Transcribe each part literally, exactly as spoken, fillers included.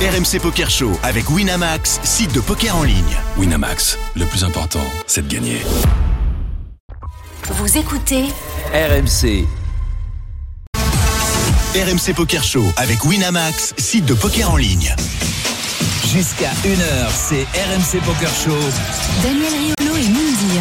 R M C Poker Show avec Winamax, site de poker en ligne. Winamax, le plus important, c'est de gagner. Vous écoutez R M C. R M C Poker Show avec Winamax, site de poker en ligne. Jusqu'à une heure, c'est R M C Poker Show. Daniel Riolo et Moundir.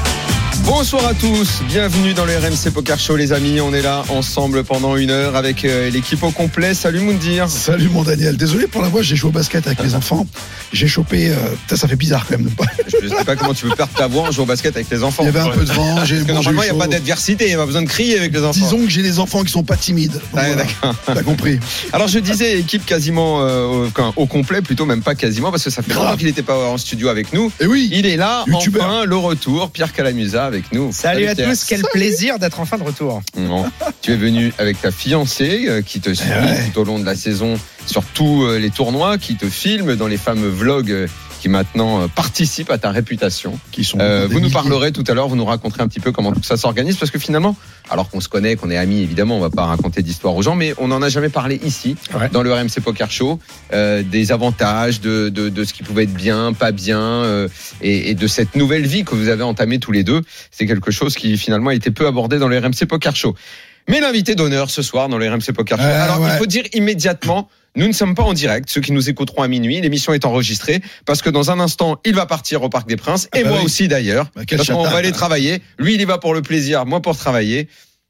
Bonsoir à tous, bienvenue dans le R M C Poker Show les amis, on est là ensemble pendant une heure avec euh, l'équipe au complet. Salut Moundir. Salut mon Daniel, désolé pour la voix, j'ai joué au basket avec les enfants, j'ai chopé, euh, ça, ça fait bizarre quand même. Je sais pas comment tu peux perdre ta voix en jouant au basket avec les enfants. Il y avait un peu de vent, j'ai, Parce que bon, normalement il j'ai n'y a pas d'adversité, il n'y a pas besoin de crier avec les enfants. Disons que j'ai des enfants qui sont pas timides. Donc ah, voilà, d'accord. T'as compris. Alors je disais équipe quasiment euh, au, au complet, plutôt même pas quasiment, parce que ça fait longtemps qu'il n'était pas en studio avec nous. Et oui, il est là, YouTuber. Enfin le retour, Pierre Calamusa avec nous. Salut, Salut à Pierre. tous, quel Salut. plaisir d'être enfin de retour. Non. Tu es venu avec ta fiancée euh, qui te suit ouais. tout au long de la saison sur tous euh, les tournois, qui te filme dans les fameux vlogs euh, qui maintenant euh, participent à ta réputation. Qui sont euh, vous nous parlerez tout à l'heure, vous nous raconterez un petit peu comment tout ça s'organise, parce que finalement, alors qu'on se connaît, qu'on est amis, évidemment, on va pas raconter d'histoire aux gens, mais on n'en a jamais parlé ici, ouais. dans le R M C Poker Show, euh, des avantages, de, de, de ce qui pouvait être bien, pas bien, euh, et, et de cette nouvelle vie que vous avez entamée tous les deux. C'est quelque chose qui finalement a été peu abordé dans le R M C Poker Show. Mais l'invité d'honneur ce soir dans le R M C Poker Show, euh, alors ouais. il faut dire immédiatement, nous ne sommes pas en direct, ceux qui nous écouteront à minuit, l'émission est enregistrée, parce que dans un instant, il va partir au Parc des Princes, et ah bah moi oui. aussi d'ailleurs, bah parce qu'on va aller travailler, lui il y va pour le plaisir, moi pour travailler.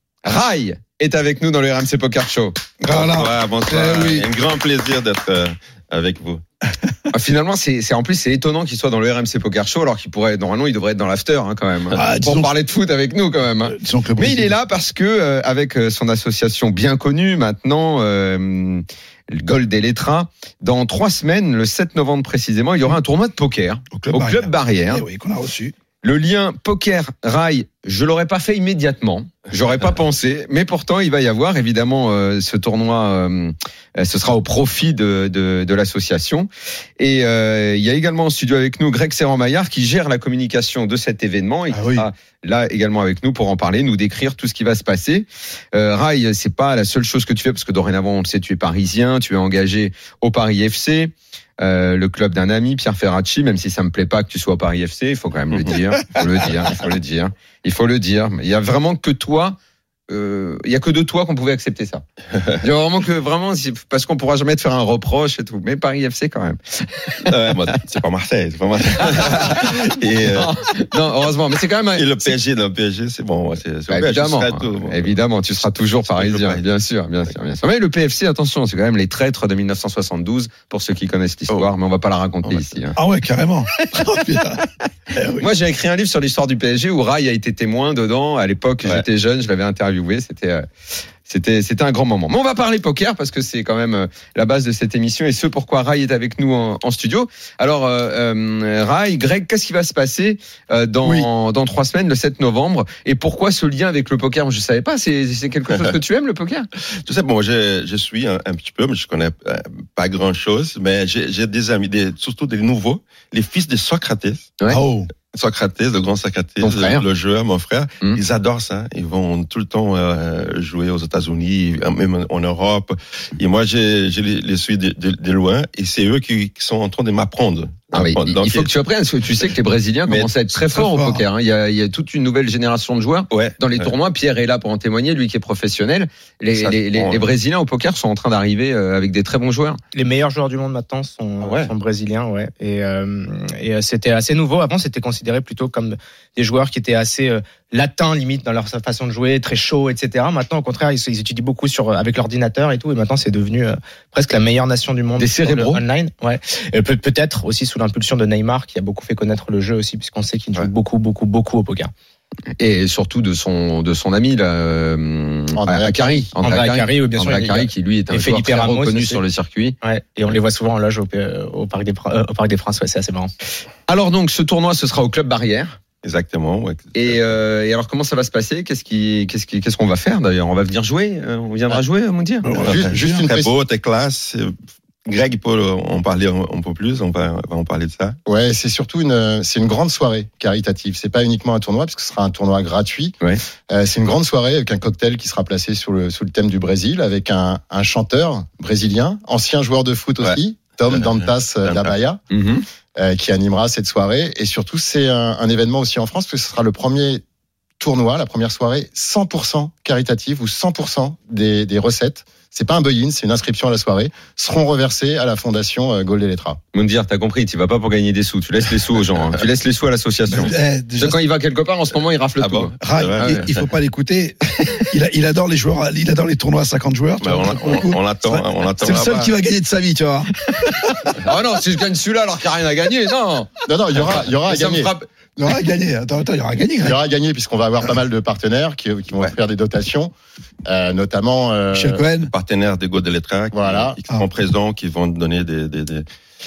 Rai est avec nous dans le R M C Poker Show. Voilà. Bonsoir, bonsoir. Eh oui. Un grand plaisir d'être euh, avec vous. Ah, finalement, c'est, c'est en plus c'est étonnant qu'il soit dans le R M C Poker Show, alors qu'il pourrait normalement il devrait être dans l'after hein, quand même, ah, pour parler de foot avec nous quand même. Hein. Mais il est là parce que euh, avec son association bien connue maintenant, euh, Gold et Letra, dans trois semaines, le sept novembre précisément, il y aura un tournoi de poker au Club, au Club Barrière. Eh oui, qu'on a reçu. Le lien poker Rai, je l'aurais pas fait immédiatement, j'aurais pas pensé, mais pourtant il va y avoir évidemment euh, ce tournoi, euh, ce sera au profit de, de, de l'association. Et euh, il y a également en studio avec nous Greg Serran-Maillard qui gère la communication de cet événement et qui ah oui. sera là également avec nous pour en parler, nous décrire tout ce qui va se passer. Euh, Rai, c'est pas la seule chose que tu fais, parce que dorénavant on le sait, tu es parisien, tu es engagé au Paris F C. Euh, le club d'un ami, Pierre Ferracci, même si ça me plaît pas que tu sois au Paris F C, il faut quand même le dire, il faut le dire, il faut le dire, il faut le dire. Il y a vraiment que toi, euh, il y a que de toi qu'on pouvait accepter ça. Il y a vraiment que vraiment, parce qu'on pourra jamais te faire un reproche et tout, mais Paris F C quand même. Ouais, bah, c'est pas Marseille, c'est pas Marseille. Et euh... non, non, heureusement, mais c'est quand même. Un... Et le P S G, le P S G, c'est bon, c'est, c'est bah, évidemment, tout, bon. évidemment, tu seras toujours parisien, bien sûr, bien sûr, bien sûr. Mais le P F C, attention, c'est quand même les traîtres de dix-neuf cent soixante-douze pour ceux qui connaissent l'histoire, oh. mais on va pas la raconter ouais. ici. Hein. Ah ouais, carrément. eh oui. Moi, j'ai écrit un livre sur l'histoire du P S G où Rai a été témoin dedans. À l'époque, ouais. j'étais jeune, je l'avais interviewé. C'était, euh, c'était, c'était un grand moment. Mais on va parler poker parce que c'est quand même euh, la base de cette émission et ce pourquoi Rai est avec nous en, en studio. Alors, euh, euh, Rai, Greg, qu'est-ce qui va se passer euh, dans oui. dans trois semaines, le sept novembre, et pourquoi ce lien avec le poker? Je savais pas. C'est, c'est quelque chose que tu aimes, le poker? Tout ça, bon, je, je suis un, un petit peu, mais je connais euh, pas grand chose. Mais j'ai, j'ai des amis, des, surtout des nouveaux, les fils de Socrates. Ouais. Oh. Socrates, le grand Socrates, le, le joueur, mon frère, mmh. ils adorent ça. Ils vont tout le temps euh, jouer aux États-Unis, même en Europe. Et moi, je, je les, les suis de, de, de loin, et c'est eux qui, qui sont en train de m'apprendre. Ah oui, il, il faut que tu apprennes, parce que tu sais que les Brésiliens commencent à être très, très forts fort. au poker. Hein. Il, y a, il y a toute une nouvelle génération de joueurs ouais, dans les ouais. tournois. Pierre est là pour en témoigner, lui qui est professionnel. Les, ça, les, les, les Brésiliens au poker sont en train d'arriver avec des très bons joueurs. Les meilleurs joueurs du monde maintenant sont, ouais. sont brésiliens, ouais. Et, euh, et c'était assez nouveau. Avant, c'était considéré plutôt comme des joueurs qui étaient assez euh, latins, limite, dans leur façon de jouer, très chauds, et cetera. Maintenant, au contraire, ils, ils étudient beaucoup sur, avec l'ordinateur et tout. Et maintenant, c'est devenu euh, presque la meilleure nation du monde. Des cérébraux. Online, ouais. Et peut, peut-être aussi sous l'impulsion de Neymar, qui a beaucoup fait connaître le jeu aussi, puisqu'on sait qu'il joue ouais. beaucoup, beaucoup, beaucoup au poker. Et surtout de son de son ami là, euh, André Akari, André Akari, oui, bien sûr, Akari qui lui est un joueur très Ramos, reconnu sur le circuit. Ouais. Et on les voit souvent en loge au, au Parc des euh, au Parc des Princes. Ouais, c'est assez marrant. Alors donc ce tournoi, ce sera au Club Barrière. Exactement. Ouais. Et, euh, et alors comment ça va se passer? Qu'est-ce qui, qu'est-ce qui, qu'est-ce qu'on va faire d'ailleurs? On va venir jouer. On viendra ah. jouer, mon dire. Juste, juste une très beau, très classe. Greg peut en parler un peu plus, on va, on va en parler de ça. Ouais, c'est surtout une, c'est une grande soirée caritative. C'est pas uniquement un tournoi, parce que ce sera un tournoi gratuit. Ouais. Euh, c'est une grande soirée avec un cocktail qui sera placé sur le, sous le thème du Brésil, avec un, un chanteur brésilien, ancien joueur de foot aussi. Ouais. Tom Dantas d'Abaya, mm-hmm. euh, qui animera cette soirée. Et surtout, c'est un, un événement aussi en France, parce que ce sera le premier tournoi, la première soirée cent pour cent caritative, où cent pour cent des, des recettes, c'est pas un buy-in, c'est une inscription à la soirée, seront reversées à la fondation Gold Elettra. Moundir, t'as compris, tu vas pas pour gagner des sous, tu laisses les sous aux gens, hein. Tu laisses les sous à l'association. Eh, déjà, quand il va quelque part, en ce moment, il rafle ah tout. Bon. Ra, il, ouais. il faut pas l'écouter. Il, a, il adore les joueurs, il adore les tournois à cinquante joueurs. Bah on, on, on l'attend, on l'attend. C'est le seul qui va gagner de sa vie, tu vois. Ah non, si je gagne celui-là alors qu'il n'y a rien à gagner, non. Non, non, il y aura, il y aura à gagner. Il y aura à gagner. Attends, attends, il y aura à gagner. Il y aura à gagner puisqu'on va avoir pas mal de partenaires qui, qui vont ouais. faire des dotations, euh, notamment euh, Michel Cohen, partenaires des Gold Elettra, qui, voilà. qui seront ah. présents, qui vont donner des des des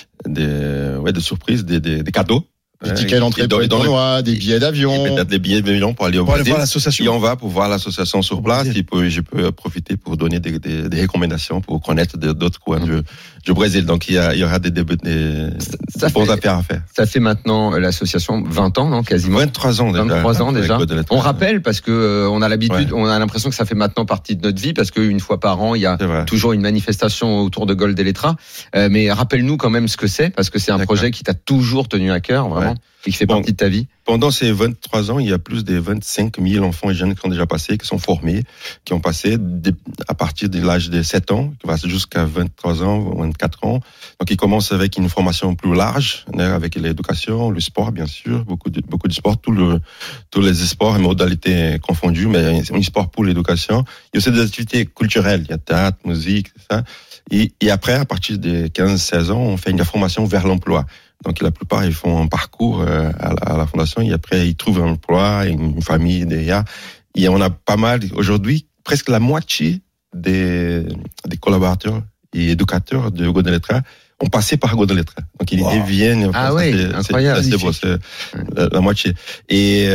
des, ouais, des surprises, des, des, des cadeaux. Des tickets d'entrée pour les tournois, des billets d'avion. Peut-être des billets d'avion pour aller au pour Brésil. Aller voir l'association. Et on va pour voir l'association sur place. Et peut, je peux profiter pour donner des, des, des recommandations pour connaître d'autres coins mmh. du, du Brésil. Donc il y, a, il y aura des, des, des, des bonnes affaires à faire. Ça fait maintenant l'association vingt ans, non, quasiment. vingt-trois ans déjà. vingt-trois ans déjà. On rappelle parce que euh, on a l'habitude, ouais. on a l'impression que ça fait maintenant partie de notre vie parce qu'une fois par an il y a toujours une manifestation autour de Gold Elettra. Euh, mais rappelle-nous quand même ce que c'est parce que c'est un D'accord. projet qui t'a toujours tenu à cœur, vraiment. Ouais. Et qui fait bon, partie de ta vie. Pendant ces vingt-trois ans, il y a plus de vingt-cinq mille enfants et jeunes qui ont déjà passé, qui sont formés, qui ont passé à partir de l'âge de sept ans, qui va jusqu'à vingt-trois ans, vingt-quatre ans. Donc, ils commencent avec une formation plus large, avec l'éducation, le sport, bien sûr, beaucoup de, beaucoup de sport, tout le, tous les sports et modalités confondues, mais un sport pour l'éducation. Il y a aussi des activités culturelles. Il y a théâtre, musique, c'est ça. Et, et après, à partir de quinze seize ans, on fait une formation vers l'emploi. Donc la plupart ils font un parcours euh, à, la, à la fondation et après ils trouvent un emploi, une famille derrière. Et on a pas mal aujourd'hui, presque la moitié des, des collaborateurs et éducateurs de Gold Elettra ont passé par Gold Elettra. Donc ils wow. viennent. Ah oui, c'est, incroyable. C'est, c'est, c'est, c'est la, la moitié. Et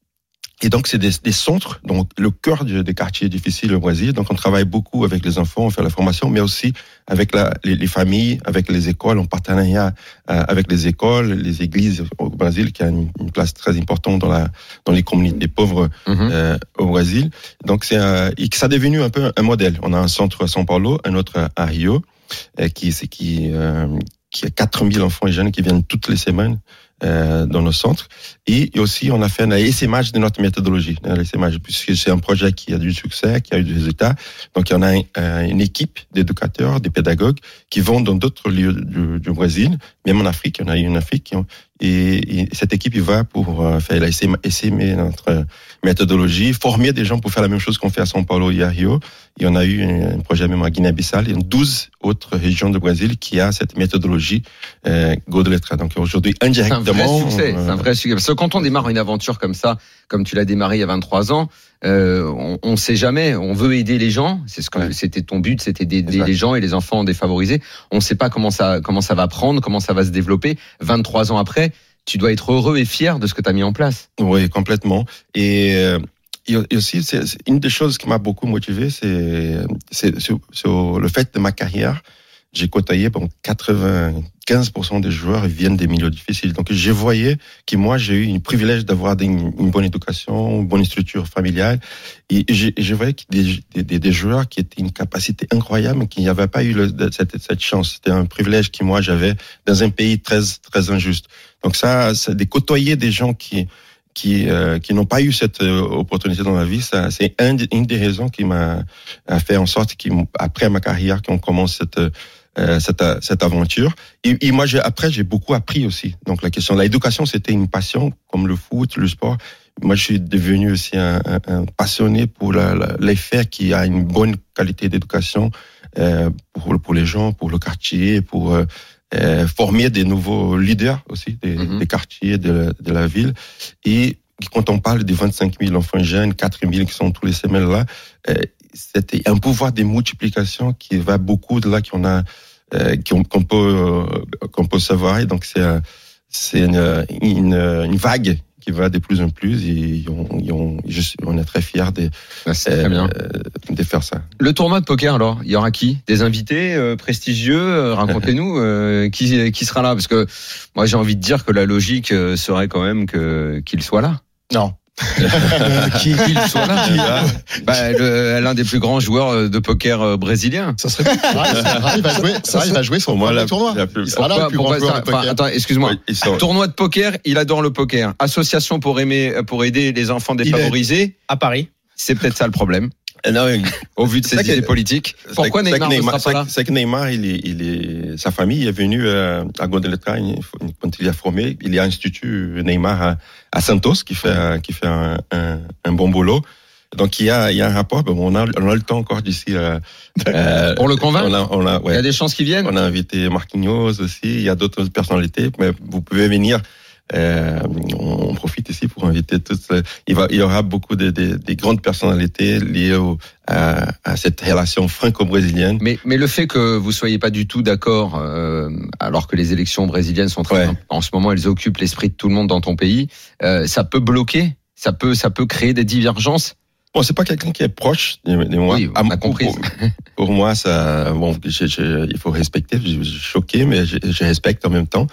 Et donc, c'est des, des centres, donc le cœur des quartiers difficiles au Brésil. Donc, on travaille beaucoup avec les enfants, on fait la formation, mais aussi avec la, les, les familles, avec les écoles, en partenariat euh, avec les écoles, les églises au Brésil, qui a une, une place très importante dans la dans les communautés pauvres mm-hmm. euh, au Brésil. Donc, c'est un, et ça est devenu un peu un modèle. On a un centre à São Paulo, un autre à Rio, euh, qui c'est qui euh, qui a quatre mille enfants et jeunes qui viennent toutes les semaines. Euh, dans nos centres. Et, et aussi, on a fait un essaimage de notre méthodologie. Un essaimage, puisque c'est un projet qui a du succès, qui a eu des résultats. Donc, il y en a un, une équipe d'éducateurs, des pédagogues qui vont dans d'autres lieux du, du Brésil, même en Afrique. Il y en a eu en Afrique. Qui ont, et, et cette équipe, il va pour euh, faire essaimer notre méthodologie, former des gens pour faire la même chose qu'on fait à São Paulo et à Rio. Et on a eu un, un projet même à Guinée-Bissau. Il y a douze autres régions du Brésil qui a cette méthodologie euh, Gold Elettra. Donc, aujourd'hui, indirectement, c'est un vrai succès. Euh... C'est un vrai succès. Parce que quand on démarre une aventure comme ça, comme tu l'as démarré il y a vingt-trois ans, euh, on, on sait jamais. On veut aider les gens. C'est ce que ouais. c'était ton but, c'était d'aider exact. Les gens et les enfants défavorisés. On sait pas comment ça, comment ça va prendre, comment ça va se développer. vingt-trois ans après, tu dois être heureux et fier de ce que tu as mis en place. Oui, complètement. Et, euh, et aussi, c'est, c'est une des choses qui m'a beaucoup motivé, c'est, c'est, c'est, c'est le fait de ma carrière. J'ai côtoyé, bon, quatre-vingt-quinze pour cent des joueurs viennent des milieux difficiles. Donc, je voyais que moi, j'ai eu le privilège d'avoir une, une bonne éducation, une bonne structure familiale. Et je, je voyais que des, des, des joueurs qui étaient une capacité incroyable, qui n'avaient pas eu le, cette, cette chance. C'était un privilège que moi, j'avais dans un pays très, très injuste. Donc, ça, c'est de côtoyer des gens qui, qui euh, qui n'ont pas eu cette euh, opportunité dans la vie, ça c'est un, une des raisons qui m'a a fait en sorte qu'après ma carrière qu'on commence cette euh, cette cette aventure. Et, et moi j'ai après j'ai beaucoup appris aussi. Donc la question de l'éducation, c'était une passion comme le foot, le sport. Moi je suis devenu aussi un, un, un passionné pour la, la, l'effet qui a une bonne qualité d'éducation euh, pour pour les gens, pour le quartier, pour euh, Euh, former des nouveaux leaders aussi des, mm-hmm. des quartiers de, de la ville. Et quand on parle des vingt-cinq mille enfants jeunes, quatre mille qui sont tous les semaines là, euh, c'était un pouvoir de multiplication qui va beaucoup de là qu'on a, euh, qu'on, qu'on peut euh, qu'on peut savoir. Et donc c'est c'est une, une, une vague qui va de plus en plus et on, on, je suis, on est très fiers de, ah, c'est très bien. Euh, de faire ça. Le tournoi de poker alors, il y aura qui? Des invités euh, prestigieux, euh, racontez-nous euh, qui, qui sera là, parce que moi j'ai envie de dire que la logique euh, serait quand même que, qu'il soit là. Non. euh, qui, qu'il soit là. Qui, bah, le, l'un des plus grands joueurs de poker brésilien. Ça serait. Ah, il va jouer. Ça, il va jouer son premier tournoi. Il sera là le plus grand joueur de poker. Attends, excuse-moi. Ouais, tournoi de poker, il adore le poker. Association pour aimer, pour aider les enfants défavorisés à Paris. C'est peut-être ça le problème. Non, au vu de ses idées politiques. Pourquoi Neymar ne sera pas là? C'est que Neymar, il est, il est, sa famille est venue euh, à Gondeletra quand il est formé. Il y a un institut Neymar à, à Santos qui fait, qui fait un, un, un bon boulot. Donc il y a, il y a un rapport. Bon, on a, on a le temps encore d'ici. Euh, euh, Pour le convaincre. On a, on a, ouais. Il y a des chances qu'il vienne. On a invité Marquinhos aussi. Il y a d'autres personnalités, mais vous pouvez venir. Euh, on profite ici pour inviter tous. Il va, il y aura beaucoup de, de, de grandes personnalités liées au, à, à cette relation franco-brésilienne. Mais, mais le fait que vous soyez pas du tout d'accord, euh, alors que les élections brésiliennes sont très, ouais. en ce moment, elles occupent l'esprit de tout le monde dans ton pays, euh, ça peut bloquer, ça peut, ça peut créer des divergences. Bon, c'est pas quelqu'un qui est proche de, de moi. Oui, on a compris. Pour, pour moi, ça, bon, je, je, il faut respecter. Je, je suis choqué, mais je, je respecte en même temps.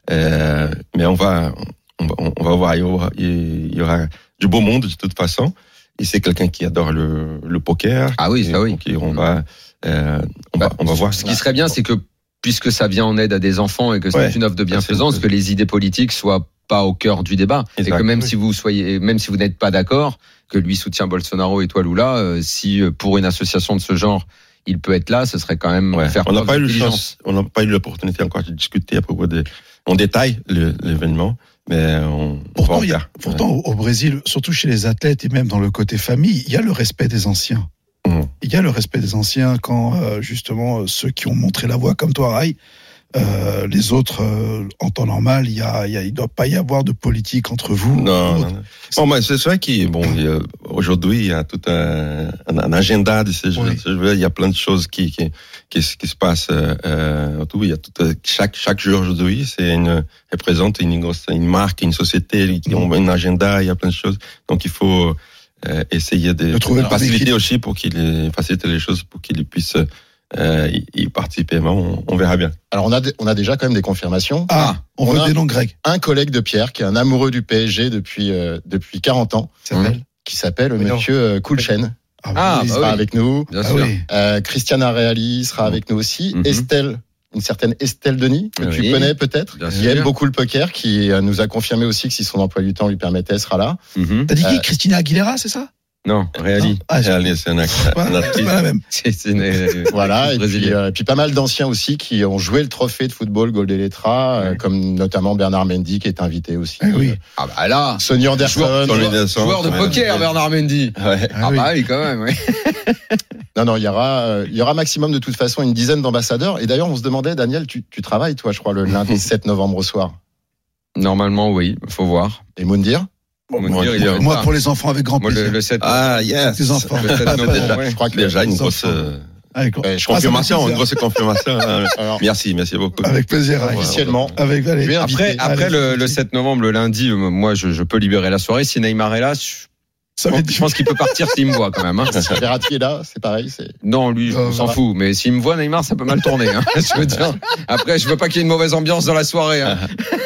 Euh, mais on va, on va, on va voir. Il y, aura, il y aura du beau monde de toute façon. Et c'est quelqu'un qui adore le, le poker. Ah oui, ça oui. Donc, on va, euh, on bah, va, on va voir. Ce qui serait bien, c'est que puisque ça vient en aide à des enfants et que c'est ouais, une offre de bienfaisance, c'est... que les idées politiques soient pas au cœur du débat. Exact. Et que même oui. si vous soyez, même si vous n'êtes pas d'accord, que lui soutient Bolsonaro et toi Lula, euh, si pour une association de ce genre, il peut être là, ce serait quand même ouais. faire on preuve n'a pas eu d'intelligence. On n'a pas eu l'opportunité encore de discuter à propos de, en détail le, l'événement, mais on. Pourtant, on il y a, pourtant ouais. au Brésil, surtout chez les athlètes et même dans le côté famille, il y a le respect des anciens. Mmh. Il y a le respect des anciens quand euh, justement ceux qui ont montré la voie comme toi, Rai. Euh, les autres, euh, en temps normal, il y a, il y a, il doit pas y avoir de politique entre vous. Non, non, non. Bon, mais c'est vrai qu'il, bon, il y a, aujourd'hui, il y a tout un, un, un agenda de ces jeux. Oui. Il y a plein de choses qui, qui, qui, qui se passent, euh, autour. Il y a tout, chaque, chaque jour aujourd'hui, c'est une, représente une, une marque, une société qui ont un agenda, il y a plein de choses. Donc, il faut, euh, essayer de, de trouver faciliter aussi pour qu'il faciliter les choses pour qu'ils puissent, Euh, y participer, on, on verra bien. Alors on a on a déjà quand même des confirmations. Ah, on, on veut des noms grecs. Un collègue de Pierre qui est un amoureux du P S G depuis euh, depuis quarante ans, s'appelle qui s'appelle oui, Monsieur euh, Kulchen. Ah, ah, il bah sera oui. avec nous. Bien sûr. Euh, Christiana Reali sera avec nous aussi. Mm-hmm. Estelle, une certaine Estelle Denis que oui. tu connais peut-être, bien qui sûr. aime beaucoup le poker, qui euh, nous a confirmé aussi que si son emploi du temps lui permettait, sera là. Mm-hmm. T'as dit qui euh, Christina Aguilera, c'est ça? Non, Reali. Ah, Reali, c'est un acteur. C'est pas la même. C'est, c'est une, euh, voilà, et puis, euh, et puis pas mal d'anciens aussi qui ont joué le trophée de football Gondeletra, euh, comme notamment Bernard Mendy qui est invité aussi. Ah oui. Ah bah là. Sonny Anderson. Joueur, joueur, joueur de poker, ouais. Bernard Mendy. Ouais. Ah, ah oui. bah oui, quand même, ouais. Non, non, il y aura, euh, il y aura maximum de toute façon une dizaine d'ambassadeurs. Et d'ailleurs, on se demandait, Daniel, tu, tu travailles, toi, je crois, le lundi sept novembre au soir. Normalement, oui. Faut voir. Et Moundir? Bon, moi, moi, moi pour les enfants avec grand plaisir. Moi, le, le sept, ah, yes. Les enfants. Le sept novembre, ouais. Je crois que déjà une grosse, euh, avec, je confirmation, une grosse confirmation. Alors, merci, merci beaucoup. Avec plaisir. Officiellement. Avec, allez. Après, après allez, le, le sept novembre, le lundi, moi, je, je peux libérer la soirée. Si Neymar est là, je, Ça je, je pense qu'il peut partir s'il me voit quand même. Hein. Verratti est là, c'est pareil. C'est... Non, lui, on s'en fout. Mais s'il me voit, Neymar, ça peut mal tourner. Hein. Je veux dire. Après, je veux pas qu'il y ait une mauvaise ambiance dans la soirée. Hein.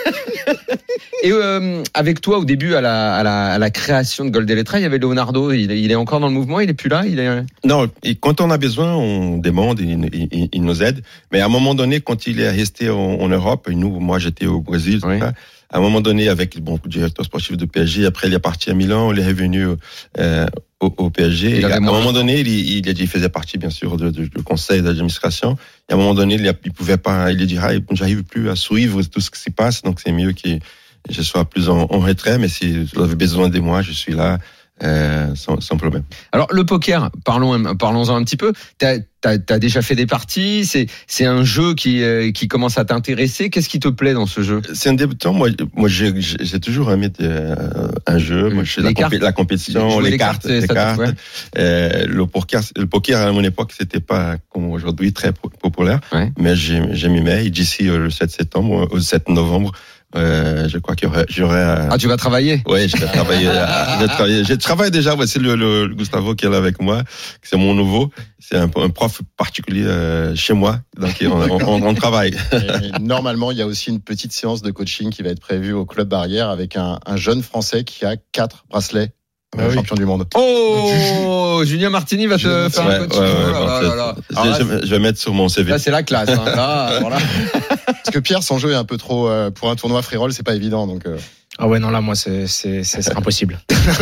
Et euh, avec toi, au début, à la, à la, à la création de Gondeletra, il y avait Leonardo. Il est, il est encore dans le mouvement. Il est plus là. Il est. Non. Et quand on a besoin, on demande. Il, il, il nous aide. Mais à un moment donné, quand il est resté en, en Europe, et nous, moi, j'étais au Brésil. Oui. Tout ça, à un moment donné, avec bon, le directeur sportif de P S G, après il est parti à Milan, il est revenu euh, au, au P S G. Et à un moment donné, il, il, il faisait partie, bien sûr, du, du conseil d'administration. Et à un moment donné, il, il pouvait pas, il dit, ah, j'arrive plus à suivre tout ce qui se passe, donc c'est mieux que je sois plus en, en retrait. Mais si vous avez besoin de moi, je suis là. Euh, sans, sans problème. Alors le poker, parlons parlons-en un petit peu. T'as, t'as, t'as déjà fait des parties. C'est c'est un jeu qui euh, qui commence à t'intéresser. Qu'est-ce qui te plaît dans ce jeu? C'est un débutant. Moi moi j'ai j'ai toujours aimé euh, un jeu. Moi, je la, compé- la compétition, les, les cartes, les cartes. Ouais. Euh, le poker, le poker à mon époque c'était pas comme aujourd'hui très populaire. Ouais. Mais j'ai j'aimais. Et d'ici le sept septembre, au sept novembre. Euh, je crois qu'il y aurait, j'aurais. Euh... Ah, tu vas travailler? Oui, je vais travailler. je, travailler. je travaille déjà. Ouais, c'est le, le, le Gustavo qui est là avec moi. C'est mon nouveau. C'est un, un prof particulier euh, chez moi. Donc on, on, on travaille. Et normalement, il y a aussi une petite séance de coaching qui va être prévue au Club Barrière avec un, un jeune Français qui a quatre bracelets. Ah oui. Champion du monde. Oh, Julien Martini va te faire ouais, un coaching. Ouais, ouais, oh là là là. Alors, je, là, je vais mettre sur mon C V. Là, c'est la classe. Hein. Là, voilà. Parce que Pierre, son jeu est un peu trop euh, pour un tournoi free roll, c'est pas évident. Donc. Euh... Ah ouais, non là, moi, c'est c'est c'est, c'est impossible.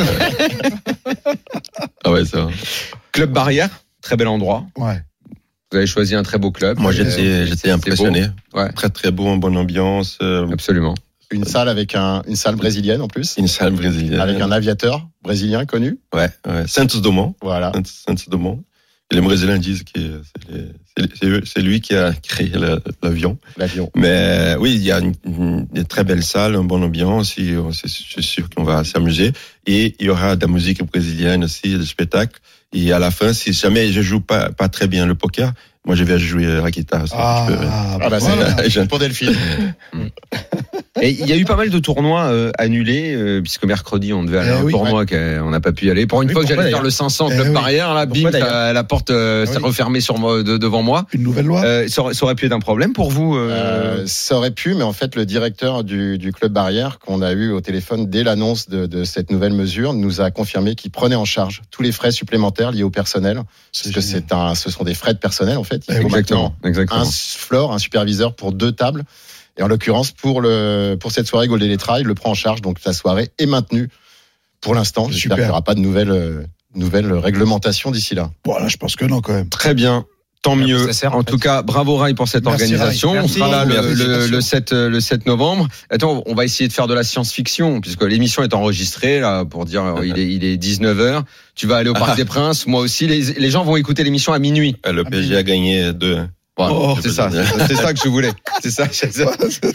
Ah ouais, ça. Club Barrière, très bel endroit. Ouais. Vous avez choisi un très beau club. Moi, j'étais euh, j'étais impressionné. Ouais. Très très beau, en bonne ambiance. Euh... Absolument. Une salle avec un, une salle brésilienne en plus. Une salle brésilienne. Avec un aviateur brésilien connu. Ouais, ouais. Santos Dumont. Voilà. Santos Dumont. Et les Brésiliens disent que c'est, c'est, c'est lui qui a créé l'avion. L'avion. Mais oui, il y a une, une, une très belle salle, une bonne ambiance. Et je suis sûr qu'on va s'amuser. Et il y aura de la musique brésilienne aussi, des spectacles. Et à la fin, si jamais je joue pas, pas très bien le poker, moi je vais jouer la guitare. Ah, peux... ah bah voilà. C'est pour Delphine. Et il y a eu pas mal de tournois euh, annulés, euh, puisque mercredi on devait aller à un oui, tournoi ouais. qu'on n'a pas pu y aller. Pour une oui, fois que j'allais faire le cinq cents Club eh Barrière, là, bim, la, la porte euh, s'est oui. refermée sur moi, de, devant moi. Une nouvelle loi. Euh, ça, aurait, ça aurait pu être un problème pour vous euh... Euh, Ça aurait pu, mais en fait le directeur du, du Club Barrière qu'on a eu au téléphone dès l'annonce de, de cette nouvelle mesure nous a confirmé qu'il prenait en charge tous les frais supplémentaires liés au personnel, c'est parce génial. que c'est un, ce sont des frais de personnel en fait. Il faut exactement, exactement. Un floor, un superviseur pour deux tables. Et en l'occurrence, pour le pour cette soirée, Golden Letra, il le prend en charge. Donc la soirée est maintenue pour l'instant. J'espère Super. qu'il n'y aura pas de nouvelles euh, nouvelles réglementations d'ici là. Voilà, je pense que non quand même. Très bien. Tant mieux. Sert, en, en fait. tout cas, bravo Rai pour cette Merci organisation. On sera là le, le, le, sept, le sept novembre. Attends, on va essayer de faire de la science-fiction, puisque l'émission est enregistrée, là, pour dire, euh, il est, il est dix-neuf heures. Tu vas aller au Parc des Princes. Moi aussi. Les, les gens vont écouter l'émission à minuit. Le P S G a gagné deux. Voilà, oh, c'est ça, c'est, c'est ça que je voulais. C'est ça. C'est ça.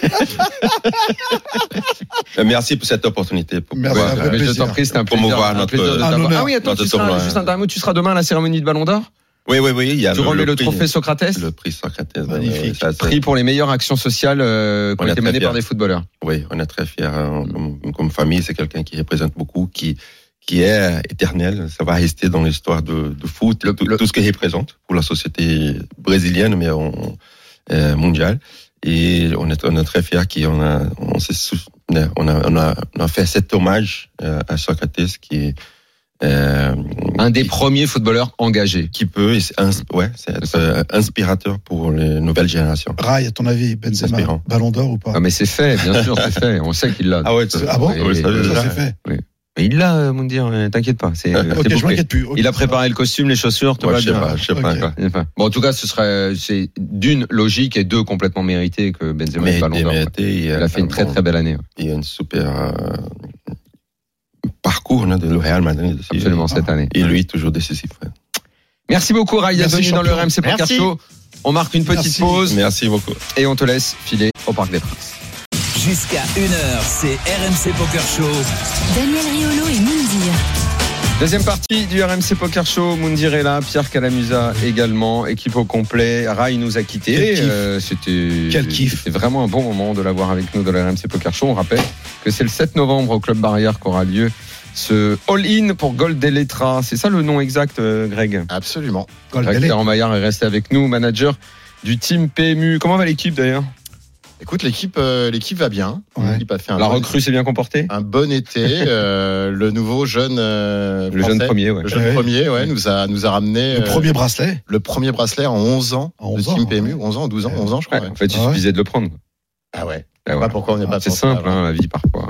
Merci pour cette opportunité. Pour Merci. Ouais, mais je t'en prie, c'était un plaisir. Promouvoir un notre. Plaisir de ah, ah oui, attends, tu seras, juste un dernier mot. Tu seras demain à la cérémonie de Ballon d'Or. Oui, oui, oui. Il y a tu remets le, le trophée Socrates. Le prix Socrates. Magnifique. Ça, prix pour les meilleures actions sociales euh, qui ont été menées par des footballeurs. Oui, on est très fiers. Hein, comme, comme famille, c'est quelqu'un qui représente beaucoup, qui qui est éternel. Ça va rester dans l'histoire de, de foot, le, tout, le... tout ce qu'il représente pour la société brésilienne, mais on, euh, mondiale. Et on est, on est très fiers qu'on a, on, on, a, on, a, on a fait cet hommage euh, à Socrates qui est Euh, un des qui, premiers footballeurs engagés. Qui peut, c'est, ins, ouais, c'est être euh, inspirateur pour les nouvelles générations. Rai, à ton avis, Benzema, Inspirant. Ballon d'Or ou pas? Ah mais c'est fait, bien sûr, c'est fait. On sait qu'il l'a. Ah ouais, ah bon, et, ouais, ça, et, ça c'est fait. Oui. Mais il l'a, Moundir, t'inquiète pas. C'est, ok, c'est je m'inquiète plus. Okay, il a préparé le costume, les chaussures, tout ouais, va je sais bien. Pas, je sais okay. pas, quoi. Bon, en tout cas, ce serait, c'est d'une logique et deux complètement mérité que Benzema ait Ballon d'Or. Mérité, il a fait une très très belle année. Il y a une super euh, parcours de le Real Madrid. Absolument cette année. Et lui, toujours décisif. Ouais. Merci beaucoup, Rai, d'être venu dans le R M C Poker Show. On marque une petite Merci. pause. Merci beaucoup. Et on te laisse filer au Parc des Princes. Jusqu'à une heure, c'est R M C Poker Show. Daniel Riolo et Moundir. Deuxième partie du R M C Poker Show. Moundir est là, Pierre Calamusa également, équipe au complet. Rai nous a quittés. Euh, c'était, Quel kiff. C'était vraiment un bon moment de l'avoir avec nous dans le R M C Poker Show. On rappelle que c'est le sept novembre au Club Barrière qu'aura lieu ce all-in pour Golden Letra. C'est ça le nom exact, euh, Greg? Absolument. Greg Ferrand-Maillard est resté avec nous, manager du team P M U. Comment va l'équipe d'ailleurs? Écoute, l'équipe, euh, l'équipe va bien. Ouais. L'équipe a fait un La bon recrue s'est bien comportée. Un bon été. euh, le nouveau jeune, euh, le français, jeune premier, ouais. le jeune ouais. premier, ouais, ouais, nous a, nous a ramené le euh, premier bracelet. Le premier bracelet en onze ans en onze de ans, team P M U, ouais. onze ans, douze ans, onze ans, je crois. Ouais, ouais. En fait, il ah suffisait ouais. de le prendre. Ah ouais. Ah ouais. Pas pourquoi on n'est pas. C'est simple, hein, la vie parfois.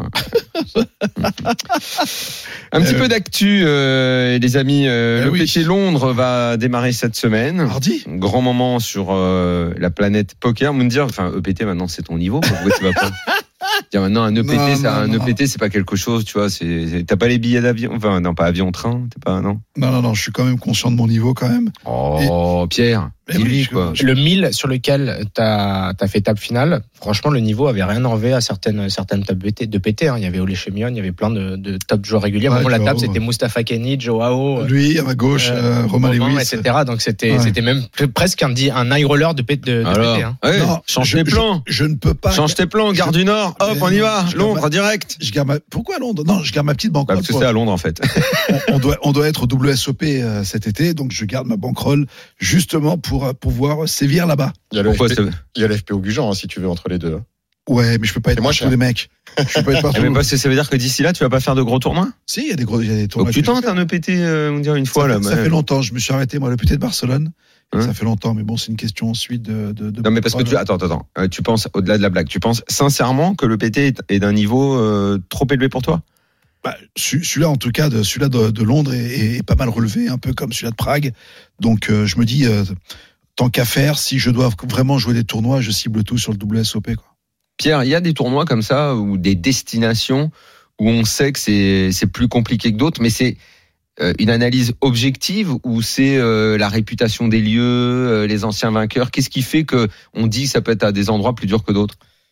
Un petit euh... peu d'actu, euh, les amis. Euh, le oui. P T Londres va démarrer cette semaine. Mardi. Un grand moment sur euh, la planète poker. Moundir, enfin E P T maintenant c'est ton niveau. Pourquoi tu vas pas? Tiens, maintenant un E P T, non, ça, non, un non. E P T c'est pas quelque chose, tu vois. C'est, c'est t'as pas les billets d'avion, enfin non pas avion train, t'es pas non. Non non non, je suis quand même conscient de mon niveau quand même. Oh Et... Pierre. Oui, quoi. Le mille sur lequel tu as fait table finale, franchement, le niveau avait rien enlevé à certaines, certaines tables de P T. Hein. Il y avait Ole Chemion, il y avait plein de, de top joueurs réguliers. Ouais, la table, c'était Mustafa Kenny, Joao. Lui, à ma gauche, euh, euh, Romain Lewis. et cetera. Donc, c'était ouais. c'était même presque un, un high roller de, de, de Alors, P T. Hein. Ouais, non, change je, tes plans. Je, je ne peux pas. Change tes plans, Gare du Nord. Hop, on y va. Londres, ma... direct. Je garde ma... Pourquoi Londres? Non, je garde ma petite banquerolle. Bah, parce que c'est à Londres, en fait. on, on, doit, on doit être au W S O P euh, cet été, donc je garde ma banquerolle justement pour pouvoir sévir là-bas. Il y a le Pourquoi F P, il y a l'F P O Gujan, hein, si tu veux, entre les deux. Ouais, mais je peux pas être moi partout, les mecs. Je peux pas être partout. Mais parce que ça veut dire que d'ici là, tu vas pas faire de gros tournois? Si, il y a des gros, il y a des tournois. Donc tu tentes un E P T, euh, on dirait une fois ça là. Fait, ça fait longtemps. Je me suis arrêté, moi, le E P T de Barcelone. Hein? Ça fait longtemps, mais bon, c'est une question ensuite de. de, de non, mais parce que tu, attends, attends, attends. Euh, tu penses au-delà de la blague. Tu penses sincèrement que le P T est, est d'un niveau euh, trop élevé pour toi? Bah, celui-là, en tout cas, de, celui-là de, de Londres est, est pas mal relevé, un peu comme celui-là de Prague. Donc, euh, je me dis, euh, tant qu'à faire, si je dois vraiment jouer des tournois, je cible tout sur le W S O P, quoi. Pierre, il y a des tournois comme ça ou des destinations où on sait que c'est c'est plus compliqué que d'autres, mais c'est euh, une analyse objective ou c'est euh, la réputation des lieux, euh, les anciens vainqueurs. Qu'est-ce qui fait que on dit que ça peut être à des endroits plus durs que d'autres?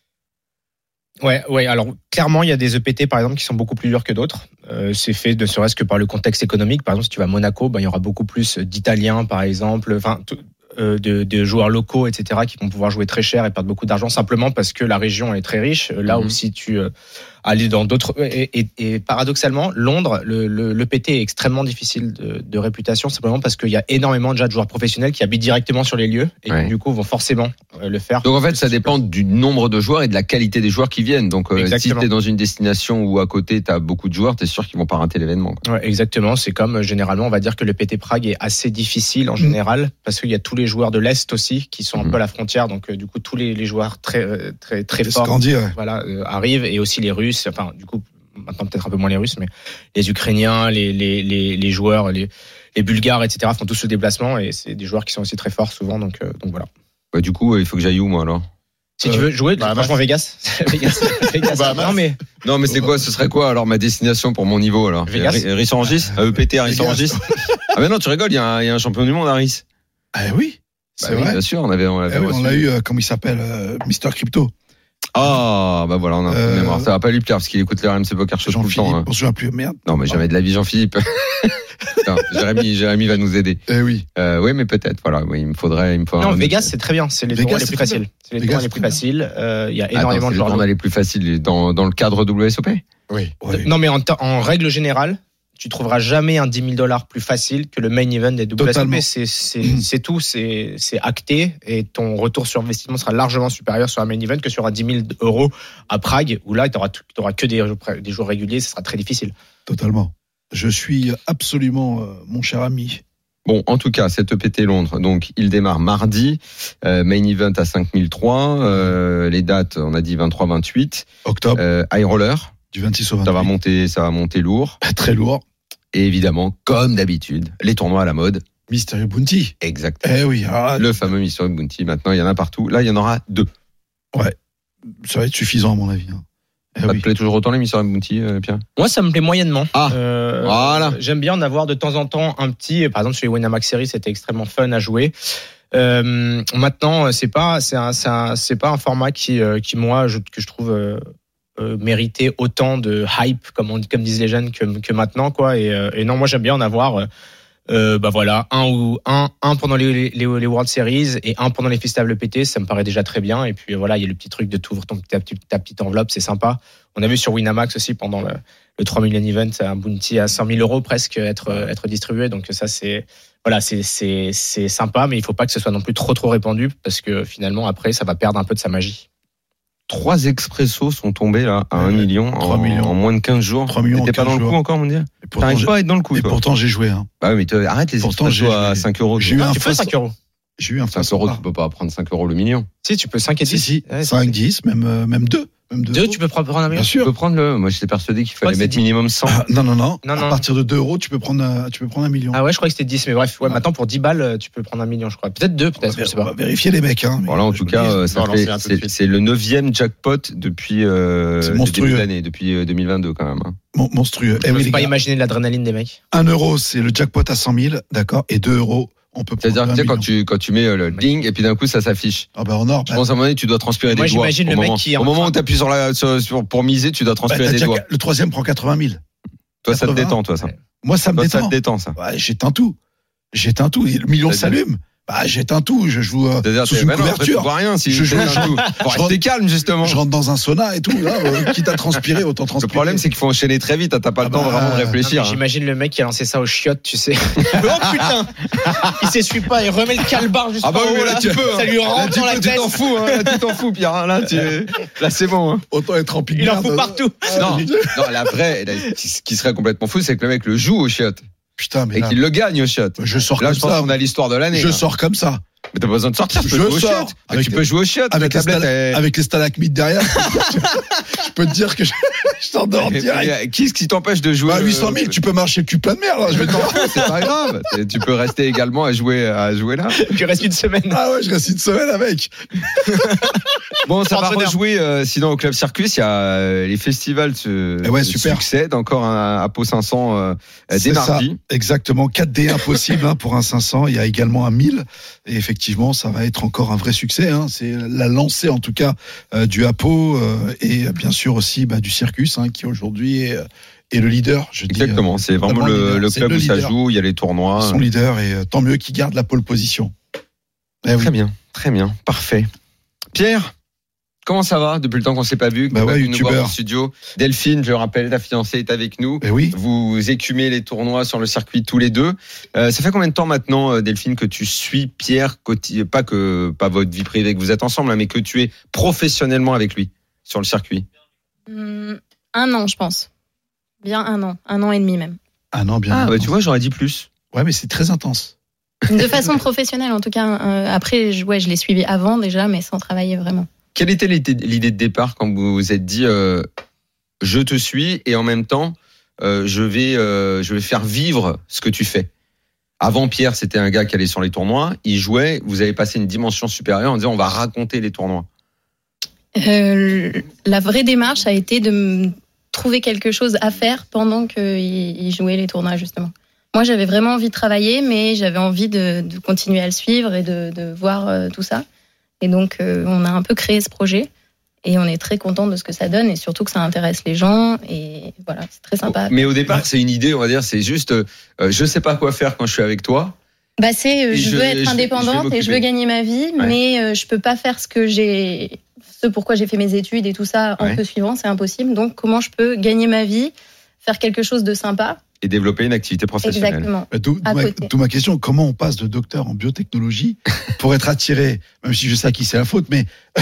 Ouais, ouais. Alors clairement, il y a des E P T par exemple qui sont beaucoup plus durs que d'autres. Euh, c'est fait ne serait-ce que par le contexte économique. Par exemple, si tu vas à Monaco, ben il y aura beaucoup plus d'Italiens, par exemple. Enfin. Tout, De, de joueurs locaux, et cetera, qui vont pouvoir jouer très cher et perdre beaucoup d'argent simplement parce que la région est très riche. Là mmh. où si tu euh, allais dans d'autres et, et, et paradoxalement, Londres, le, le, le P T est extrêmement difficile de, de réputation simplement parce qu'il y a énormément déjà de joueurs professionnels qui habitent directement sur les lieux et ouais. qui du coup vont forcément euh, le faire. Donc en fait, ça dépend du nombre de joueurs et de la qualité des joueurs qui viennent. Donc euh, si t'es dans une destination où à côté t'as beaucoup de joueurs, t'es sûr qu'ils vont pas rater l'événement. Ouais, exactement. C'est comme euh, généralement, on va dire que le P T Prague est assez difficile en mmh. général parce qu'il y a tous les joueurs de l'Est aussi qui sont un mmh. peu à la frontière, donc euh, du coup tous les, les joueurs très très très forts Scandi, ouais. voilà euh, arrivent et aussi les Russes, enfin du coup maintenant peut-être un peu moins les Russes, mais les Ukrainiens, les les les, les joueurs, les les Bulgares, et cetera font tous ce déplacement et c'est des joueurs qui sont aussi très forts souvent, donc euh, donc voilà. Bah, du coup il faut que j'aille où moi alors? Si euh, tu veux jouer, bah, franchement Vegas. Vegas, Vegas. Bah, non mais non mais c'est quoi, ce serait quoi alors ma destination pour mon niveau alors? Vegas. Rissorangis, E P T à Rissorangis. Ah mais non, tu rigoles, il y a un, il y a un champion du monde à Riss. Ah oui. Bah oui, bien sûr, on avait, on l'avait eh oui, on l'a eu, euh, comment il s'appelle, euh, Mister Crypto. Ah, bah voilà, on a un peu de mémoire. Ça va pas lui plaire parce qu'il écoute le R M C Poker Show tout le temps. Hein. On se souvient plus, merde. Non, mais jamais de la vie, Jean-Philippe. non, Jérémy, Jérémy va nous aider. Eh oui. Euh, oui, mais peut-être, voilà. Oui, il me faudrait, il me faudrait non, Vegas, c'est très bien. C'est les tournois les plus faciles. C'est les tournois les plus faciles. Euh, il y a énormément Attends, de joueurs. C'est les tournois les plus faciles dans, dans le cadre W S O P? Oui. oui. Non, mais en, en règle générale, tu trouveras jamais un dix mille dollars plus facile que le main event des W S O P. C'est, c'est, mmh. c'est tout, c'est, c'est acté et ton retour sur investissement sera largement supérieur sur un main event que sur un dix mille euros à Prague où là, tu n'auras que des, des jours réguliers, ce sera très difficile. Totalement. Je suis absolument euh, mon cher ami. Bon, en tout cas, cet E P T Londres, donc il démarre mardi, euh, main event à cinq mille trois, euh, les dates, on a dit vingt-trois vingt-huit. Octobre. Euh, high roller. Du vingt-six au vingt-huit. Ça va monter, ça va monter lourd. Très lourd. Et évidemment, comme d'habitude, les tournois à la mode. Mystery Bounty. Exactement. Eh oui. Ah, le fameux Mystery Bounty. Maintenant, il y en a partout. Là, il y en aura deux. Ouais. Ça va être suffisant, à mon avis. Eh ça oui. te plaît toujours autant les Mystery Bounty, euh, Pierre? Moi, ça me plaît moyennement. Ah. Euh, voilà. J'aime bien en avoir de temps en temps un petit. Par exemple, sur les Winamax Series, c'était extrêmement fun à jouer. Euh, maintenant, c'est pas, c'est un, c'est un, c'est pas un format qui, euh, qui moi, je, que je trouve. Euh, Euh, mériter autant de hype comme on comme disent les jeunes que, que maintenant quoi et, euh, et non moi j'aime bien en avoir euh, bah voilà un ou un un pendant les, les, les World Series et un pendant les Festivals E P T, ça me paraît déjà très bien et puis voilà il y a le petit truc de t'ouvrir ton ta, ta petite enveloppe, c'est sympa. On a vu sur Winamax aussi pendant le, le trois million event un bounty à cent mille euros presque être être distribué, donc ça c'est voilà c'est c'est c'est sympa, mais il faut pas que ce soit non plus trop trop répandu parce que finalement après ça va perdre un peu de sa magie. Trois expressos sont tombés là à un million en, millions. en moins de quinze jours. T'étais pas dans le coup encore, mon dieu? T'arrives pas à être dans le coup. Et toi. Pourtant j'ai joué. Hein. Bah oui, mais arrête les pourtant, expressos à cinq euros. J'ai eu un tu peux cinq euros. J'ai eu un cinq euros, tu peux pas prendre cinq euros le million. Si, tu peux cinq et dix. Si, si. Ouais, cinq, dix, même, euh, même deux. Même deux, deux tu peux prendre un million. Bien sûr. Tu peux prendre le, moi, j'étais persuadé qu'il fallait ouais, mettre minimum cent. Ah, non, non, non. non, à non. partir de deux euros, tu peux prendre un, tu peux prendre un million. Ah ouais, je crois que c'était dix, mais bref, ouais, ouais. Maintenant, pour dix balles, tu peux prendre un million, je crois. Peut-être deux, peut-être, on va, je sais pas. On va vérifier les mecs, hein. Voilà, en tout cas, euh, ça fait, c'est, c'est le neuvième jackpot depuis, euh, c'est monstrueux. Début d'année, depuis euh, deux mille vingt-deux, quand même, hein. Mon, monstrueux. Je ne peux pas imaginer l'adrénaline des mecs. Un euro, c'est le jackpot à cent mille, d'accord, et deux euros, On peut C'est-à-dire tu sais, quand tu quand tu mets le ding et puis d'un coup ça s'affiche. Ah ben en or. Je pense à un moment donné tu dois transpirer Moi, des doigts. j'imagine Au le mec moment, qui est au en moment train- où tu appuies sur la sur, sur- pour miser, tu dois transpirer Bah, des déjà, doigts. le troisième prend quatre-vingt mille. Toi ça te quatre-vingts. détend toi ça. Moi, ça me Toi, détend. ça te détend ça. Ouais, j'éteins tout. J'éteins tout. Le million C'est-à-dire s'allume. Bah, j'éteins tout. Je joue euh, C'est-à-dire sous t'es- une bah non, en fait, tu couverture. vois rien si Je je joue- joue tout. Faut je rester calme justement. Je rentre dans un sauna et tout. Là, euh, quitte à transpirer, autant Le transpirer. problème c'est qu'il faut enchaîner très vite, t'as pas le Ah temps bah, vraiment de non, Non, réfléchir. mais hein. j'imagine le mec qui a lancé ça aux chiottes, tu sais. Oh putain Il s'essuie pas, il remet le calbar juste Ah bah en oui, haut, là, là. tu peux. Ça hein. lui Là, rentre tu dans la peux, tu tête. t'en fous, hein. Là, tu t'en fous, Pierre. hein. Là, tu... là, c'est bon. Hein. Autant être en pique. Il en fout partout. Non, non, la vraie, la- ce qui serait complètement fou, c'est que le mec le joue au chiottes Putain, mais et là, qu'il le gagne au chiottes. je sors Là, comme je pense ça. qu'on a l'histoire de l'année. Je hein. sors comme ça. Mais t'as pas besoin de sortir, tu peux Je jouer au sors. chiottes. Mais Avec tu les- peux jouer au chiottes. Avec la les, tablette stala- est- avec les stalagmites derrière. Je peux te dire que je, je t'endors Et- direct. et- Qu'est-ce qui t'empêche de jouer Bah, euh, huit cent mille, tu peux marcher le cul plein de merde. Là, je vais Mais t'en t'en fous, c'est pas grave. Et Tu peux rester également à jouer, à jouer là. Tu restes une semaine. Ah ouais, je reste une semaine avec. Bon, ça va Partenaire. rejouer, euh, sinon au Club Circus, il y a euh, les festivals se, Eh ouais, se super. succèdent encore un, à Pau cinq cents euh, dès C'est ça, mardi. exactement. quatre D impossible hein, pour un cinq cents. Il y a également un mille. Et effectivement, ça va être encore un vrai succès. Hein. C'est la lancée, en tout cas, euh, du Apo euh, et bien sûr aussi bah, du Circus, hein, qui aujourd'hui est, est le leader. Je dis, Exactement, euh, c'est vraiment le, leader. le C'est club le où ça leader. joue, il y a les tournois. Son leader et euh, tant mieux qu'il garde la pole position. Eh oui. Très bien, très bien, parfait. Pierre, comment ça va depuis le temps qu'on s'est pas vu? que Bah t'es ouais, pas venu nous voir youtubeur. au studio. Delphine, je le rappelle, ta fiancée est avec nous. Eh oui. Vous écumez les tournois sur le circuit tous les deux. Euh, ça fait combien de temps maintenant, euh, Delphine, que tu suis Pierre, quoti- pas que pas votre vie privée que vous êtes ensemble, hein, mais que tu es professionnellement avec lui sur le circuit? Hum, un an, je pense. Bien un an, un an et demi même. Un an bien. Ah, bah, intense. tu vois, j'aurais dit plus. Ouais, mais c'est très intense. De façon professionnelle, en tout cas. Euh, après, je, ouais, je l'ai suivi avant déjà, mais sans travailler vraiment. Quelle était l'idée l'idée de départ quand vous vous êtes dit euh, je te suis et en même temps euh, je vais euh, je vais faire vivre ce que tu fais? Avant, Pierre, c'était un gars qui allait sur les tournois, il jouait, vous avez passé une dimension supérieure en disant on va raconter les tournois. Euh, la vraie démarche a été de me trouver quelque chose à faire pendant qu'il il jouait les tournois, justement. Moi, j'avais vraiment envie de travailler, mais j'avais envie de, de continuer à le suivre et de, de voir euh, tout ça. Et donc, euh, on a un peu créé ce projet et on est très content de ce que ça donne et surtout que ça intéresse les gens. Et voilà, c'est très sympa. Mais au départ, c'est une idée, on va dire, c'est juste euh, je sais pas quoi faire quand je suis avec toi. Bah, c'est, euh, Et je, je- veux je être vais- je vais indépendante m'occuper. et je veux gagner ma vie, Ouais. mais euh, je peux pas faire ce que j'ai, ce pourquoi j'ai fait mes études et tout ça en Ouais. te suivant, c'est impossible. Donc, comment je peux gagner ma vie, faire quelque chose de sympa? Et développer une activité professionnelle. Exactement. D'où d'où À ma, côté. d'où ma question, comment on passe de docteur en biotechnologie pour être attiré, même si je sais à qui c'est la faute, mais euh,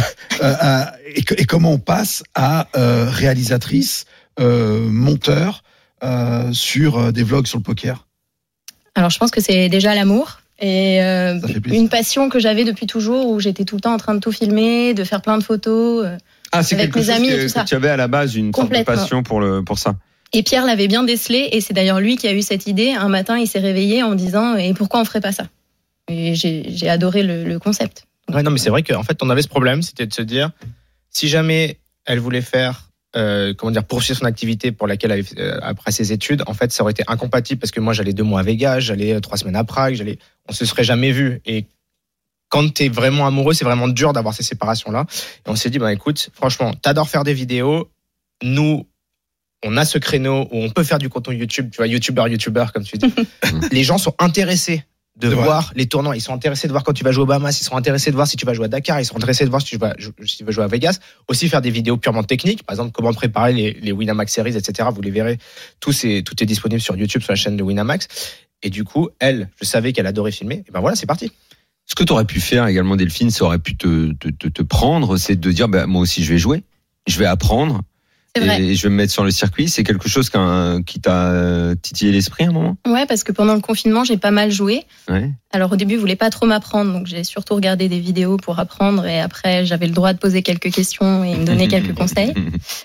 à- et, et comment on passe à euh, réalisatrice, euh, monteur euh, sur euh, des vlogs sur le poker? Alors, je pense que c'est déjà l'amour et euh, Ça fait plaisir. une passion que j'avais depuis toujours où j'étais tout le temps en train de tout filmer, de faire plein de photos. euh. Ah, c'est Avec quelque mes chose amis et que, tout ça. que tu avais à la base, une sorte de Complètement. passion pour, le, pour ça. Et Pierre l'avait bien décelé et c'est d'ailleurs lui qui a eu cette idée. Un matin, il s'est réveillé en disant « Et pourquoi on ferait pas ça ?» Et j'ai j'ai adoré le, le concept. Ouais, non, mais c'est vrai qu'en fait, on avait ce problème, c'était de se dire, si jamais elle voulait faire, euh, comment dire, poursuivre son activité pour laquelle elle avait, euh, après ses études, en fait, ça aurait été incompatible parce que moi, j'allais deux mois à Vegas, j'allais euh, trois semaines à Prague, j'allais, on se serait jamais vu. Et quand t'es vraiment amoureux, c'est vraiment dur d'avoir ces séparations-là. Et on s'est dit, bah, écoute, franchement, t'adores faire des vidéos. Nous, on a ce créneau où on peut faire du contenu YouTube, tu vois, YouTuber, YouTuber, comme tu dis. Les gens sont intéressés de C'est vrai. voir les tournois. Ils sont intéressés de voir quand tu vas jouer au Bahamas. Ils sont intéressés de voir si tu vas jouer à Dakar. Ils sont intéressés de voir si tu vas, si tu vas jouer à Vegas. Aussi faire des vidéos purement techniques. Par exemple, comment préparer les, les Winamax Series, et cetera. Vous les verrez. Tout, c'est, tout est disponible sur YouTube, sur la chaîne de Winamax. Et du coup, elle, je savais qu'elle adorait filmer. Et ben voilà, c'est parti. Ce que tu aurais pu faire également, Delphine, ça aurait pu te, te, te, te prendre, c'est de dire bah, moi aussi, je vais jouer, je vais apprendre. C'est vrai. Et je vais me mettre sur le circuit. C'est quelque chose qu'un, qui t'a titillé l'esprit à un moment? Ouais, parce que pendant le confinement, j'ai pas mal joué. Ouais. Alors au début, je voulais pas trop m'apprendre, donc j'ai surtout regardé des vidéos pour apprendre. Et après, j'avais le droit de poser quelques questions et me donner quelques conseils.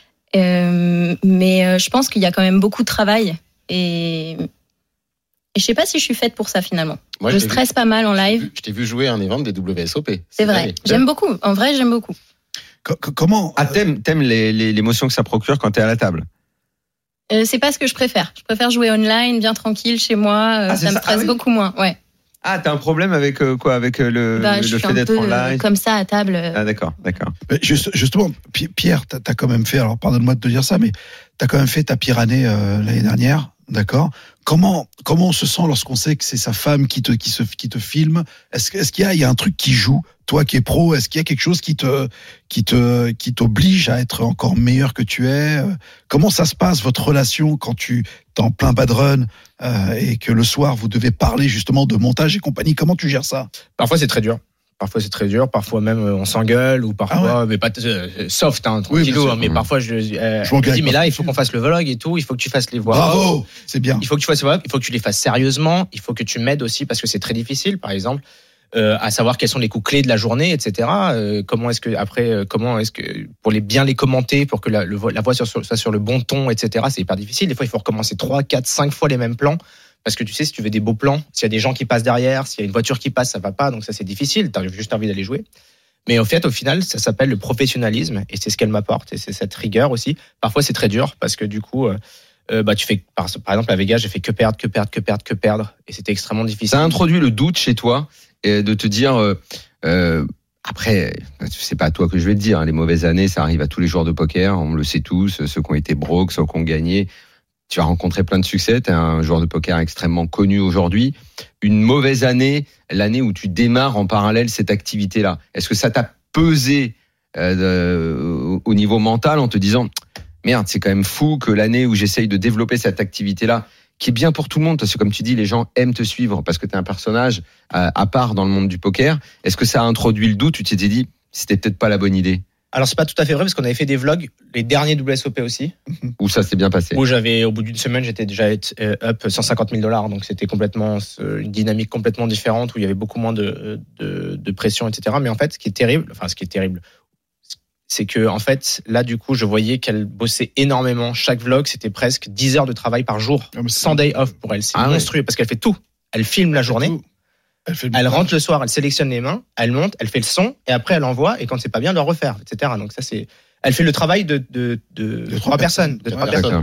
Euh, mais euh, je pense qu'il y a quand même beaucoup de travail. Et, et je sais pas si je suis faite pour ça finalement. Moi, je je t'ai stresse pas mal en live. Je t'ai vu jouer à un event des W S O P. C'est vrai. J'aime beaucoup. En vrai, j'aime beaucoup. Co- co- Comment Ah, t'aimes, t'aimes les, les, l'émotion que ça procure quand t'es à la table? Euh, c'est pas ce que je préfère. Je préfère jouer online, bien tranquille chez moi. Euh, Ah, c'est ça me ça. stresse Ah oui. beaucoup moins. Ouais. Ah, t'as un problème avec euh, quoi, avec euh, le, bah, le je fait suis d'être un peu, en live euh, comme ça à table. Ah d'accord, d'accord. Mais juste, justement, Pierre, t'as, t'as quand même fait. Alors pardonne-moi de te dire ça, mais t'as quand même fait ta pire année euh, l'année dernière, d'accord. Comment comment on se sent lorsqu'on sait que c'est sa femme qui te qui se qui te filme? Est-ce est-ce qu'il y a il y a un truc qui joue? Toi qui es pro, est-ce qu'il y a quelque chose qui te qui te qui t'oblige à être encore meilleur que tu es? Comment ça se passe votre relation quand tu t'es en plein bad run euh, et que le soir vous devez parler justement de montage et compagnie? Comment tu gères ça? Parfois c'est très dur. Parfois c'est très dur, parfois même on s'engueule ou parfois ah ouais. mais pas euh, soft hein, tranquillou, oui, hein, mais mmh. parfois je, euh, je me dis mais là il faut qu'on fasse le vlog et tout, il faut que tu fasses les voix. Bravo, c'est bien. Il faut que tu fasses le vlog, il faut que tu les fasses sérieusement, il faut que tu m'aides aussi parce que c'est très difficile par exemple euh, à savoir quels sont les coups clés de la journée, et cetera. Euh, comment est-ce que après euh, comment est-ce que pour les bien les commenter pour que la, le, la voix soit sur, soit sur le bon ton, et cetera. C'est hyper difficile. Des fois il faut recommencer trois, quatre, cinq fois les mêmes plans. Parce que tu sais, si tu veux des beaux plans, s'il y a des gens qui passent derrière, s'il y a une voiture qui passe, ça va pas, donc ça c'est difficile, t'as juste envie d'aller jouer. Mais au fait, au final, ça s'appelle le professionnalisme, et c'est ce qu'elle m'apporte, et c'est cette rigueur aussi. Parfois c'est très dur, parce que du coup, euh, bah tu fais, par, par exemple à Vegas, j'ai fait que perdre, que perdre, que perdre, que perdre, et c'était extrêmement difficile. Ça a introduit le doute chez toi, et de te dire, euh, euh, après, c'est pas à toi que je vais te dire, hein, les mauvaises années, ça arrive à tous les joueurs de poker, on le sait tous, ceux qui ont été broke, ceux qui ont gagné. Tu as rencontré plein de succès, tu es un joueur de poker extrêmement connu aujourd'hui. Une mauvaise année, l'année où tu démarres en parallèle cette activité-là, est-ce que ça t'a pesé euh, de, au niveau mental en te disant « Merde, c'est quand même fou que l'année où j'essaye de développer cette activité-là, qui est bien pour tout le monde, parce que comme tu dis, les gens aiment te suivre parce que tu es un personnage à, à part dans le monde du poker. Est-ce que ça a introduit le doute? Tu t'es dit « C'était peut-être pas la bonne idée ». Alors c'est pas tout à fait vrai parce qu'on avait fait des vlogs, les derniers W S O P aussi. Où ça s'est bien passé. Où j'avais, au bout d'une semaine, j'étais déjà up cent cinquante mille dollars, donc c'était complètement une dynamique complètement différente où il y avait beaucoup moins de, de, de pression, et cetera. Mais en fait, ce qui est terrible, enfin ce qui est terrible, c'est que en fait là du coup je voyais qu'elle bossait énormément. Chaque vlog c'était presque dix heures de travail par jour, sans day off pour elle. C'est ah monstrueux ouais. Parce qu'elle fait tout. Elle filme la journée. Elle, fait elle rentre le soir, elle sélectionne les mains, elle monte, elle fait le son et après elle envoie et quand c'est pas bien, elle le refaire, et cetera. Donc ça c'est, elle fait le travail de de de, de trois personnes, de trois ouais, personnes.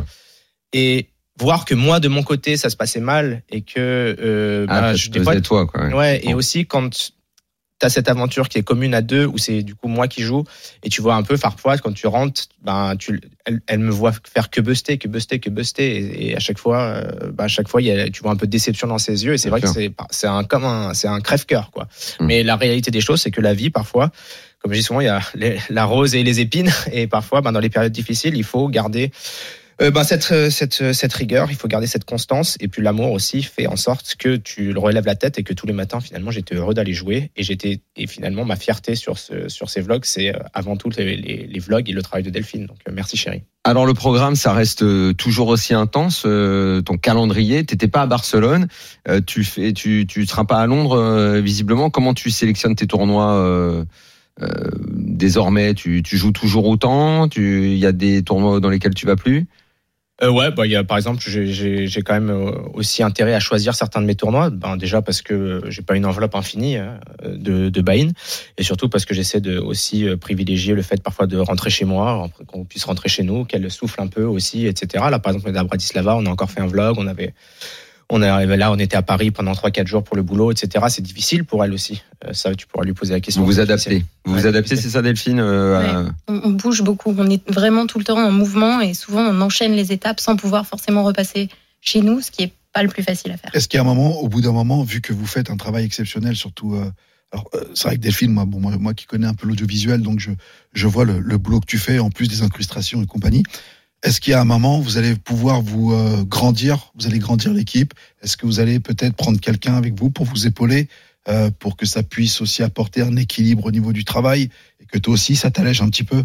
Et voir que moi de mon côté ça se passait mal et que euh, ah, bah, je des fois toi quoi. Ouais, ouais bon. Et aussi quand t'as cette aventure qui est commune à deux où c'est du coup moi qui joue et tu vois un peu parfois quand tu rentres ben tu elle, elle me voit faire que buster que buster que buster et, et à chaque fois euh, ben à chaque fois il y a tu vois un peu de déception dans ses yeux et c'est Bien vrai sûr. que c'est c'est un comme un c'est un crève-cœur quoi. Mmh. Mais la réalité des choses c'est que la vie parfois comme je dis souvent il y a les, la rose et les épines et parfois ben dans les périodes difficiles il faut garder Euh, ben cette cette cette rigueur, il faut garder cette constance et puis l'amour aussi fait en sorte que tu le relèves la tête et que tous les matins finalement j'étais heureux d'aller jouer et j'étais et finalement ma fierté sur ce sur ces vlogs c'est avant tout les les, les vlogs et le travail de Delphine. Donc euh, merci chérie. Alors le programme ça reste toujours aussi intense, euh, ton calendrier, t'étais pas à Barcelone, euh, tu fais tu tu seras pas à Londres euh, visiblement. Comment tu sélectionnes tes tournois euh, euh, désormais? Tu tu joues toujours autant? Tu il y a des tournois dans lesquels tu vas plus? Euh, ouais, bah il y a par exemple j'ai j'ai j'ai quand même aussi intérêt à choisir certains de mes tournois. Ben déjà parce que j'ai pas une enveloppe infinie de de buy-in et surtout parce que j'essaie de aussi privilégier le fait parfois de rentrer chez moi, qu'on puisse rentrer chez nous, qu'elle souffle un peu aussi, et cetera. Là par exemple on est à Bratislava, on a encore fait un vlog, on avait on est arrivé là, on était à Paris pendant trois quatre jours pour le boulot, et cetera. C'est difficile pour elle aussi. Euh, ça, tu pourras lui poser la question. Vous vous adaptez. Vous ouais, vous adaptez, c'est ça, Delphine euh, ouais. à... on, on bouge beaucoup. On est vraiment tout le temps en mouvement et souvent on enchaîne les étapes sans pouvoir forcément repasser chez nous, ce qui est pas le plus facile à faire. Est-ce qu'il y a un moment, au bout d'un moment, vu que vous faites un travail exceptionnel, surtout, euh, alors euh, c'est vrai que Delphine, moi, bon, moi, moi qui connais un peu l'audiovisuel, donc je je vois le, le boulot que tu fais en plus des incrustations et compagnie. Est-ce qu'il y a un moment où vous allez pouvoir vous euh, grandir, vous allez grandir l'équipe? Est-ce que vous allez peut-être prendre quelqu'un avec vous pour vous épauler, euh, pour que ça puisse aussi apporter un équilibre au niveau du travail et que toi aussi ça t'allège un petit peu?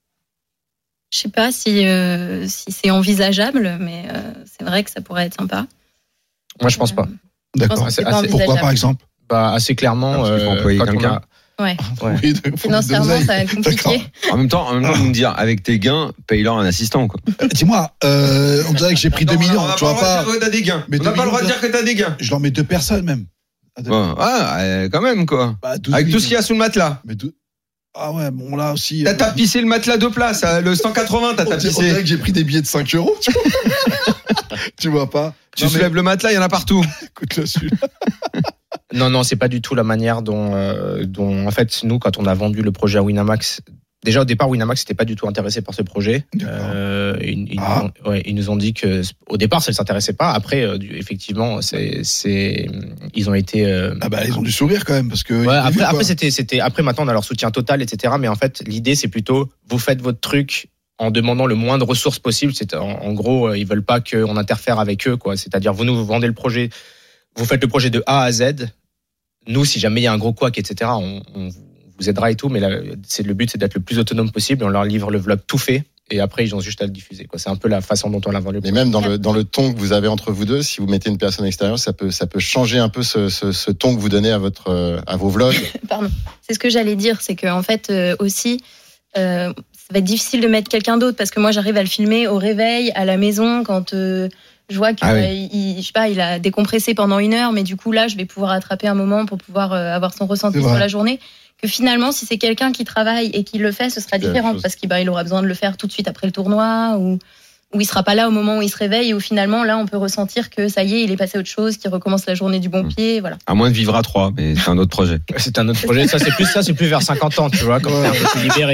Je sais pas si euh, si c'est envisageable, mais euh, c'est vrai que ça pourrait être sympa. Moi, je pense pas. Euh, D'accord. Je pense que c'est assez, pourquoi par exemple? Bah assez clairement. Parce qu'il faut employer quelqu'un. A... Ouais. ouais. Oui, financièrement, ça va être compliqué. En même temps, en même temps, vous me dire, avec tes gains, paye-leur un assistant, quoi. Euh, dis-moi, euh, on dirait que j'ai pris deux millions. On tu vois pas. On n'a pas le droit de dire que t'as des gains. On n'a pas le droit de dire que t'as des gains. Je leur mets deux personnes, même. Bon, ah, euh, quand même, quoi. Bah, avec millions. Tout ce qu'il y a sous le matelas. Mais deux... Ah ouais, bon, là aussi. T'as euh... tapissé le matelas de place, le cent quatre-vingts, t'as tapissé. On dirait que j'ai pris des billets de cinq euros, tu vois. Tu vois pas. Tu non, soulèves mais... le matelas, il y en a partout. Écoute, là, celui-là. Non, non, c'est pas du tout la manière dont, euh, dont, en fait, nous, quand on a vendu le projet à Winamax, déjà au départ, Winamax n'était pas du tout intéressé par ce projet. Euh, ils, ils, ah. nous ont, ouais, ils nous ont dit que au départ, ça ne s'intéressait pas. Après, euh, effectivement, c'est, c'est, ils ont été. Euh, ah bah, ils ont dû sourire quand même parce que. Ouais, après, après, c'était, c'était, après, maintenant, on a leur soutien total, et cetera. Mais en fait, l'idée, c'est plutôt, vous faites votre truc en demandant le moins de ressources possible. C'est en, en gros, ils veulent pas qu'on interfère avec eux, quoi. C'est-à-dire, vous nous vous vendez le projet, vous faites le projet de A à Z. Nous, si jamais il y a un gros couac, et cetera, on, on vous aidera et tout. Mais là, c'est le but, c'est d'être le plus autonome possible. On leur livre le vlog tout fait. Et après, ils ont juste à le diffuser, quoi. C'est un peu la façon dont on l'a vendu. Mais même dans le, dans le ton que vous avez entre vous deux, si vous mettez une personne extérieure, ça peut, ça peut changer un peu ce, ce, ce ton que vous donnez à votre, à vos vlogs. Pardon. C'est ce que j'allais dire. C'est qu'en fait, euh, aussi, euh, ça va être difficile de mettre quelqu'un d'autre parce que moi, j'arrive à le filmer au réveil, à la maison, quand euh, je vois qu'il ah oui. il, je sais pas, il a décompressé pendant une heure, mais du coup, là, je vais pouvoir attraper un moment pour pouvoir euh, avoir son ressenti sur la journée. Que finalement, si c'est quelqu'un qui travaille et qui le fait, ce sera différent parce qu'il bah, il aura besoin de le faire tout de suite après le tournoi ou, ou il sera pas là au moment où il se réveille et où finalement, là, on peut ressentir que ça y est, il est passé à autre chose, qu'il recommence la journée du bon pied, voilà. À moins de vivre à trois, mais c'est un autre projet. C'est un autre projet. Ça, c'est plus, ça, c'est plus vers cinquante ans, tu vois, quand on s'est libéré.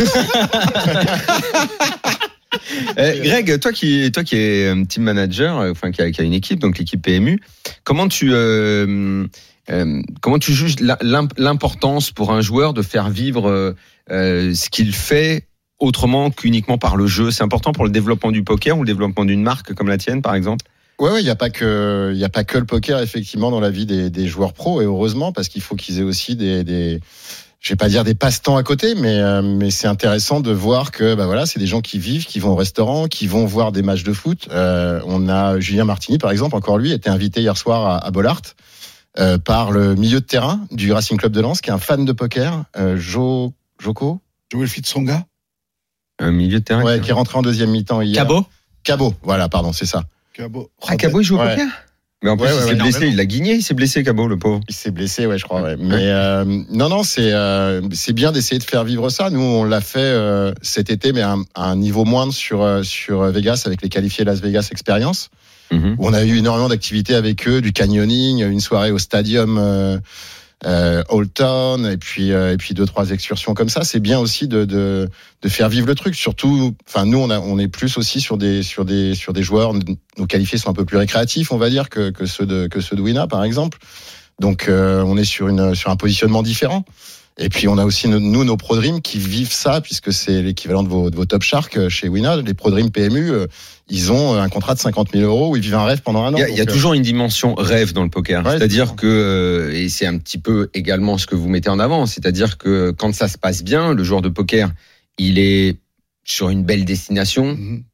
Euh, Greg, toi qui, toi qui es team manager, enfin qui a, qui a une équipe, donc l'équipe P M U, comment tu, euh, euh, comment tu juges l'importance pour un joueur de faire vivre euh, ce qu'il fait autrement qu'uniquement par le jeu? C'est important pour le développement du poker ou le développement d'une marque comme la tienne, par exemple? Ouais, ouais, il y a pas que, il y a pas que le poker effectivement dans la vie des, des joueurs pros et heureusement parce qu'il faut qu'ils aient aussi des, des je vais pas dire des passe-temps à côté, mais euh, mais c'est intéressant de voir que bah voilà, c'est des gens qui vivent, qui vont au restaurant, qui vont voir des matchs de foot. Euh, on a Julien Martini par exemple, encore lui, était invité hier soir à, à Bollaert euh, par le milieu de terrain du Racing Club de Lens, qui est un fan de poker, euh, Jo Joko, Joel Fitsonga, un milieu de terrain, ouais, qui est rentré en deuxième mi-temps hier. Cabot, Cabot, voilà, pardon, c'est ça. Cabot. Ah, Cabot il joue au ouais. poker. Mais en plus, ouais, il ouais, s'est blessé, il a guigné, il s'est blessé, Cabot, le pauvre. Il s'est blessé, ouais, je crois. Ouais. Mais euh, non, non, c'est euh, c'est bien d'essayer de faire vivre ça. Nous, on l'a fait euh, cet été, mais à un, à un niveau moindre sur sur Vegas avec les qualifiés Las Vegas Experience. Mm-hmm. Où on a eu énormément d'activités avec eux, du canyoning, une soirée au stadium euh, euh, Old Town, et puis euh, et puis deux trois excursions comme ça. C'est bien aussi de de de faire vivre le truc. Surtout, enfin nous on a on est plus aussi sur des sur des sur des joueurs. Nos qualifiés sont un peu plus récréatifs, on va dire, que que ceux de que ceux de Wina par exemple. Donc euh, on est sur une sur un positionnement différent. Et puis on a aussi nous nos Pro Dream qui vivent ça puisque c'est l'équivalent de vos de vos Top Shark chez Wina. Les Pro Dream P M U, ils ont un contrat de cinquante mille euros où ils vivent un rêve pendant un an. Il y a, il y a toujours une dimension rêve dans le poker. Ouais, c'est-à-dire c'est que, et c'est un petit peu également ce que vous mettez en avant, c'est-à-dire que quand ça se passe bien, le joueur de poker, il est sur une belle destination. Mm-hmm.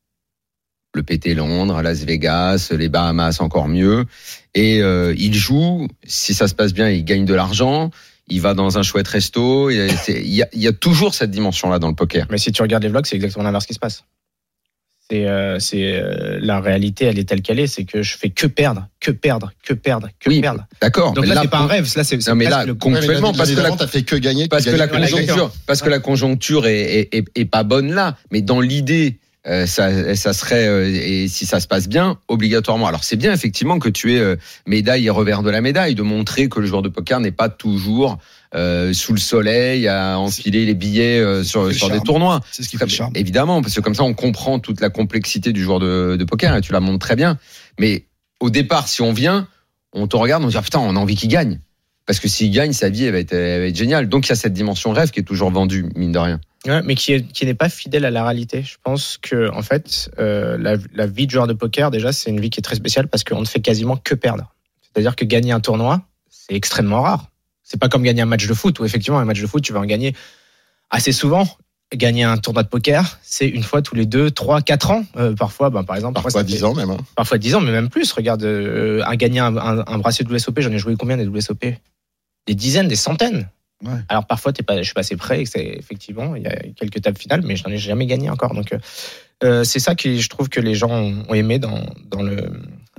Le P T Londres, Las Vegas, les Bahamas encore mieux. Et euh, il joue, si ça se passe bien, il gagne de l'argent. Il va dans un chouette resto. Il y a, il y a toujours cette dimension-là dans le poker. Mais si tu regardes les vlogs, c'est exactement l'inverse qui se passe. C'est, euh, c'est euh, la réalité, elle est telle qu'elle est. C'est que je fais que perdre, que perdre, que perdre, que oui, perdre. D'accord. Donc là, là, c'est pas un rêve. Là, c'est, c'est non, mais là, concrètement, parce que la, t'as fait que gagner, parce que la conjoncture, parce que la conjoncture est, est, est, est pas bonne là. Mais dans l'idée. Euh, ça, ça serait euh, et si ça se passe bien, obligatoirement. Alors c'est bien effectivement que tu aies euh, médaille et revers de la médaille, de montrer que le joueur de poker n'est pas toujours euh, sous le soleil à enfiler les billets euh, sur, sur des tournois. C'est ce qui fait le charme. Évidemment, parce que comme ça on comprend toute la complexité du joueur de, de poker et tu la montres très bien. Mais au départ, si on vient, on te regarde, on se dit ah, putain, on a envie qu'il gagne. Parce que s'il gagne, sa vie elle va être, elle va être géniale. Donc il y a cette dimension rêve qui est toujours vendue, mine de rien. Ouais, mais qui, est, qui n'est pas fidèle à la réalité. Je pense que en fait, euh, la, la vie de joueur de poker, déjà, c'est une vie qui est très spéciale parce qu'on ne fait quasiment que perdre. C'est-à-dire que gagner un tournoi, c'est extrêmement rare. C'est pas comme gagner un match de foot où effectivement un match de foot, tu vas en gagner assez souvent. Gagner un tournoi de poker, c'est une fois tous les deux, trois, quatre ans. Euh, parfois, ben, par exemple, parfois dix ans même. Hein. Parfois dix ans, mais même plus. Regarde, euh, un gagner un, un, un bracelet de W S O P, j'en ai joué combien des W S O P? Des dizaines, des centaines. Ouais. Alors parfois t'es pas, je suis passé près, c'est effectivement il y a quelques tables finales, mais je n'en ai jamais gagné encore. Donc euh, c'est ça que je trouve que les gens ont aimé dans dans le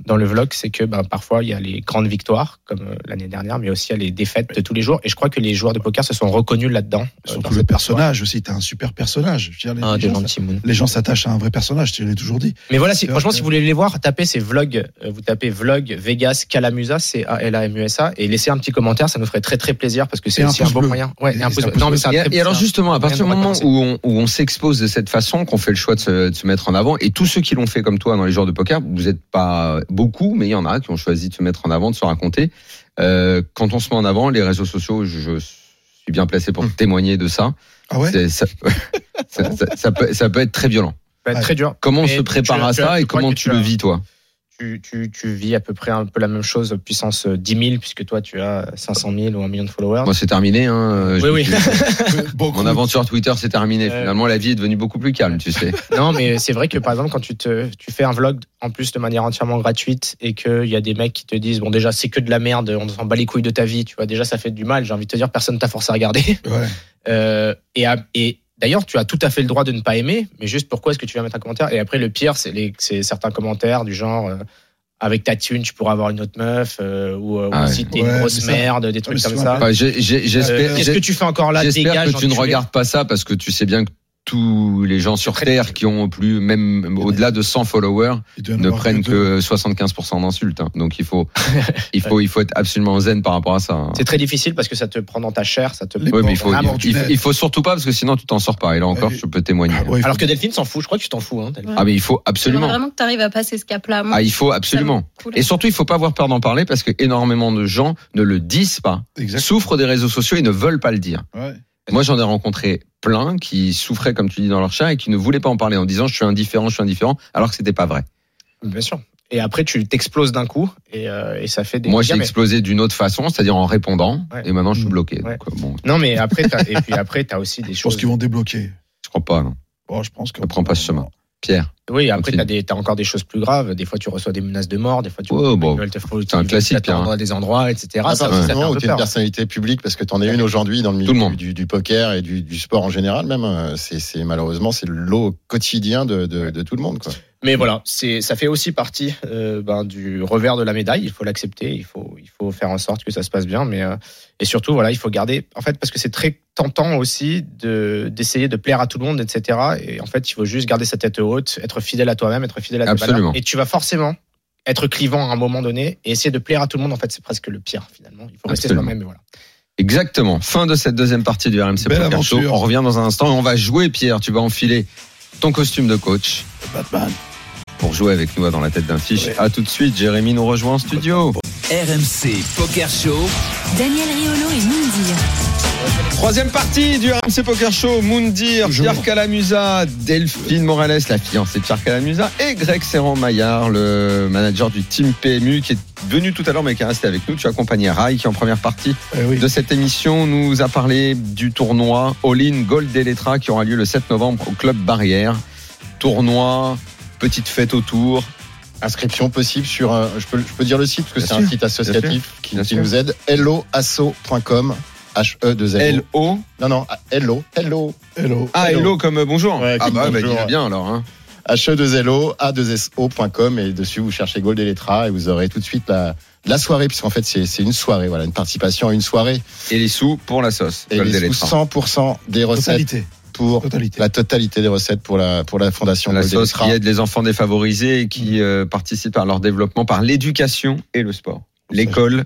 dans le vlog, c'est que ben, parfois il y a les grandes victoires, comme euh, l'année dernière, mais aussi il y a les défaites de tous les jours. Et je crois que les joueurs de poker se sont reconnus là-dedans. Surtout euh, le personnage histoire. Aussi, t'as un super personnage. Je veux dire, les, ah, les, gens, les gens s'attachent à un vrai personnage, je l'ai toujours dit. Mais voilà, si, franchement, que... si vous voulez les voir, tapez ces vlogs, euh, vous tapez vlog Vegas Calamusa, C A L A M U S A, et laissez un petit commentaire, ça nous ferait très très plaisir parce que c'est et aussi un, un bon moyen. Ouais, et, et un pouce non, mais et, très, et alors justement, à partir du moment où on, où on s'expose de cette façon, qu'on fait le choix de se, de se mettre en avant, et tous ceux qui l'ont fait comme toi dans les joueurs de poker, vous n'êtes pas beaucoup, mais il y en a qui ont choisi de se mettre en avant, de se raconter. Euh, quand on se met en avant, les réseaux sociaux, je, je suis bien placé pour mmh. témoigner de ça. Ah ouais c'est, ça, ça, ça, ça, peut, ça peut être très violent. Ça peut être très dur. Comment on et se prépare à ça et comment tu le vis, toi? Tu, tu, tu vis à peu près un peu la même chose, puissance dix mille, puisque toi tu as cinq cent mille ou un million de followers. Moi c'est terminé. Hein. Oui, oui. Mon aventure Twitter c'est terminé. Euh... Finalement la vie est devenue beaucoup plus calme, tu sais. Non, mais c'est vrai que par exemple quand tu, te, tu fais un vlog en plus de manière entièrement gratuite et qu'il y a des mecs qui te disent bon déjà c'est que de la merde, on s'en bat les couilles de ta vie, tu vois, déjà ça fait du mal, j'ai envie de te dire personne t'a forcé à regarder. Ouais. Euh, et, à, et d'ailleurs, tu as tout à fait le droit de ne pas aimer, mais juste pourquoi est-ce que tu vas mettre un commentaire? Et après, le pire, c'est, les, c'est certains commentaires du genre euh, avec ta thune, tu pourras avoir une autre meuf, euh, ou, ah ou ouais. si t'es ouais, une grosse merde, des trucs comme ça. Bah, j'ai, j'ai, j'espère, euh, qu'est-ce que tu fais encore là? J'espère Dégage, que tu ne regardes pas ça parce que tu sais bien que tous les gens sur Terre qui ont plus, même au-delà de cent followers, ne prennent que soixante-quinze pour cent d'insultes. Hein. Donc il faut, il faut, il faut être absolument zen par rapport à ça. Hein. C'est très difficile parce que ça te prend dans ta chair, ça te. Oui, mais il faut, il, il, il faut surtout pas parce que sinon tu t'en sors pas. Et là encore, je peux témoigner. Ah, ouais, Alors que Delphine s'en fout. Je crois que tu t'en fous. Hein, ah mais il faut absolument. Il faut vraiment que tu arrives à passer ce cap-là. Moi, ah il faut absolument. Et surtout, il faut pas avoir peur d'en parler parce que énormément de gens ne le disent pas, exactement. Souffrent des réseaux sociaux et ne veulent pas le dire. Ouais. Moi, j'en ai rencontré plein qui souffraient, comme tu dis, dans leur chat et qui ne voulaient pas en parler en disant je suis indifférent, je suis indifférent, alors que c'était pas vrai. Bien sûr. Et après, tu t'exploses d'un coup et, euh, et ça fait des. Moi, j'ai mais... explosé d'une autre façon, c'est-à-dire en répondant, ouais. Et maintenant je suis bloqué. Ouais. Donc, bon. Non, mais après, t'as, et puis après, t'as aussi des je choses. Je pense qu'ils vont débloquer. Je crois pas, non. Bon, je pense que. Ne prends pas ce chemin. Pierre. Oui, après, t'as, des, t'as encore des choses plus graves. Des fois, tu reçois des menaces de mort. Des fois, tu oh, bon. te faut, c'est un classique, Pierre. Dans des endroits, et cetera. Ah, ça, ouais. Non, tu es une personnalité publique parce que t'en es une aujourd'hui dans le milieu du, du, du poker et du, du sport en général, même. C'est, c'est malheureusement, c'est le lot quotidien de, de, de tout le monde, quoi. Mais voilà, c'est, ça fait aussi partie euh, ben, du revers de la médaille. Il faut l'accepter, il faut, il faut faire en sorte que ça se passe bien. Mais euh, et surtout, voilà, il faut garder. En fait, parce que c'est très tentant aussi de d'essayer de plaire à tout le monde, et cetera. Et en fait, il faut juste garder sa tête haute, être fidèle à toi-même, être fidèle à tes valeurs. Et tu vas forcément être clivant à un moment donné et essayer de plaire à tout le monde. En fait, c'est presque le pire finalement. Il faut rester Absolument. soi-même. Et voilà. Exactement. Fin de cette deuxième partie du R M C Belle Poker aventure. Show. On revient dans un instant et on va jouer. Pierre, tu vas enfiler ton costume de coach. Batman. Pour jouer avec nous dans la tête d'un fiche. Ouais. À tout de suite, Jérémy nous rejoint en studio. R M C Poker Show. Daniel Riolo et Moundir. Troisième partie du R M C Poker Show. Moundir, Pierre Calamusa, Delphine Morales, la fiancée de Pierre Calamusa, et Greg Serrand-Maillard, le manager du team P M U, qui est venu tout à l'heure mais qui est resté avec nous. Tu as accompagné Rai qui en première partie eh oui. de cette émission nous a parlé du tournoi All-in Gold Deletra qui aura lieu le sept novembre au Club Barrière. Tournoi, petite fête autour. Inscription possible sur, un, je, peux, je peux dire le site parce que bien c'est sûr, un site associatif qui, qui nous aide, hello asso point com. H E deux L O. L O Non, non, hello, hello. Hello. Ah, hello, hello comme bonjour. Ouais, ah, bah, bonjour. bah, bien alors. Hein. H E deux L O, A deux S O point com et dessus vous cherchez Gold Deletra et vous aurez tout de suite la, la soirée, puisqu'en fait c'est, c'est une soirée, voilà, une participation à une soirée. Et les sous pour la sauce. Et Gold les Deletra. Sous cent pour cent des recettes. Totalité. Pour Totalité. la totalité des recettes pour la, pour la fondation la Gold sauce Deletra. Qui aide les enfants défavorisés et qui euh, participent à leur développement par l'éducation et le sport. L'école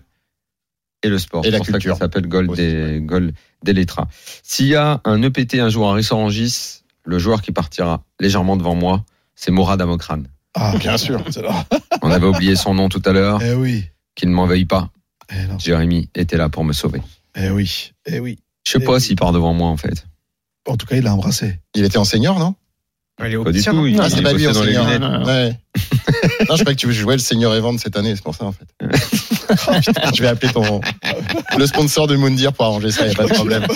et le sport. Et la pour culture. Ça, ça s'appelle Gold, des, Gold Deletra. S'il y a un E P T un jour à Rissorangis, le joueur qui partira légèrement devant moi, c'est Morad Amokran. Ah, bien sûr. On avait oublié son nom tout à l'heure. Eh oui. Qu'il ne m'en veuille pas. Eh non. Jérémy était là pour me sauver. Eh oui. Eh oui. Je sais eh pas oui. s'il part devant moi, en fait. En tout cas, il l'a embrassé. Il était en senior, non? Il est au pas du tout. Il, ah, c'est il pas lui en dans senior. Les non, non. Ouais. non, je croyais que tu jouais le senior event cette année, c'est pour ça, en fait. Oh, putain, je vais appeler ton, le sponsor de Moundir pour arranger ça, il n'y a pas de problème.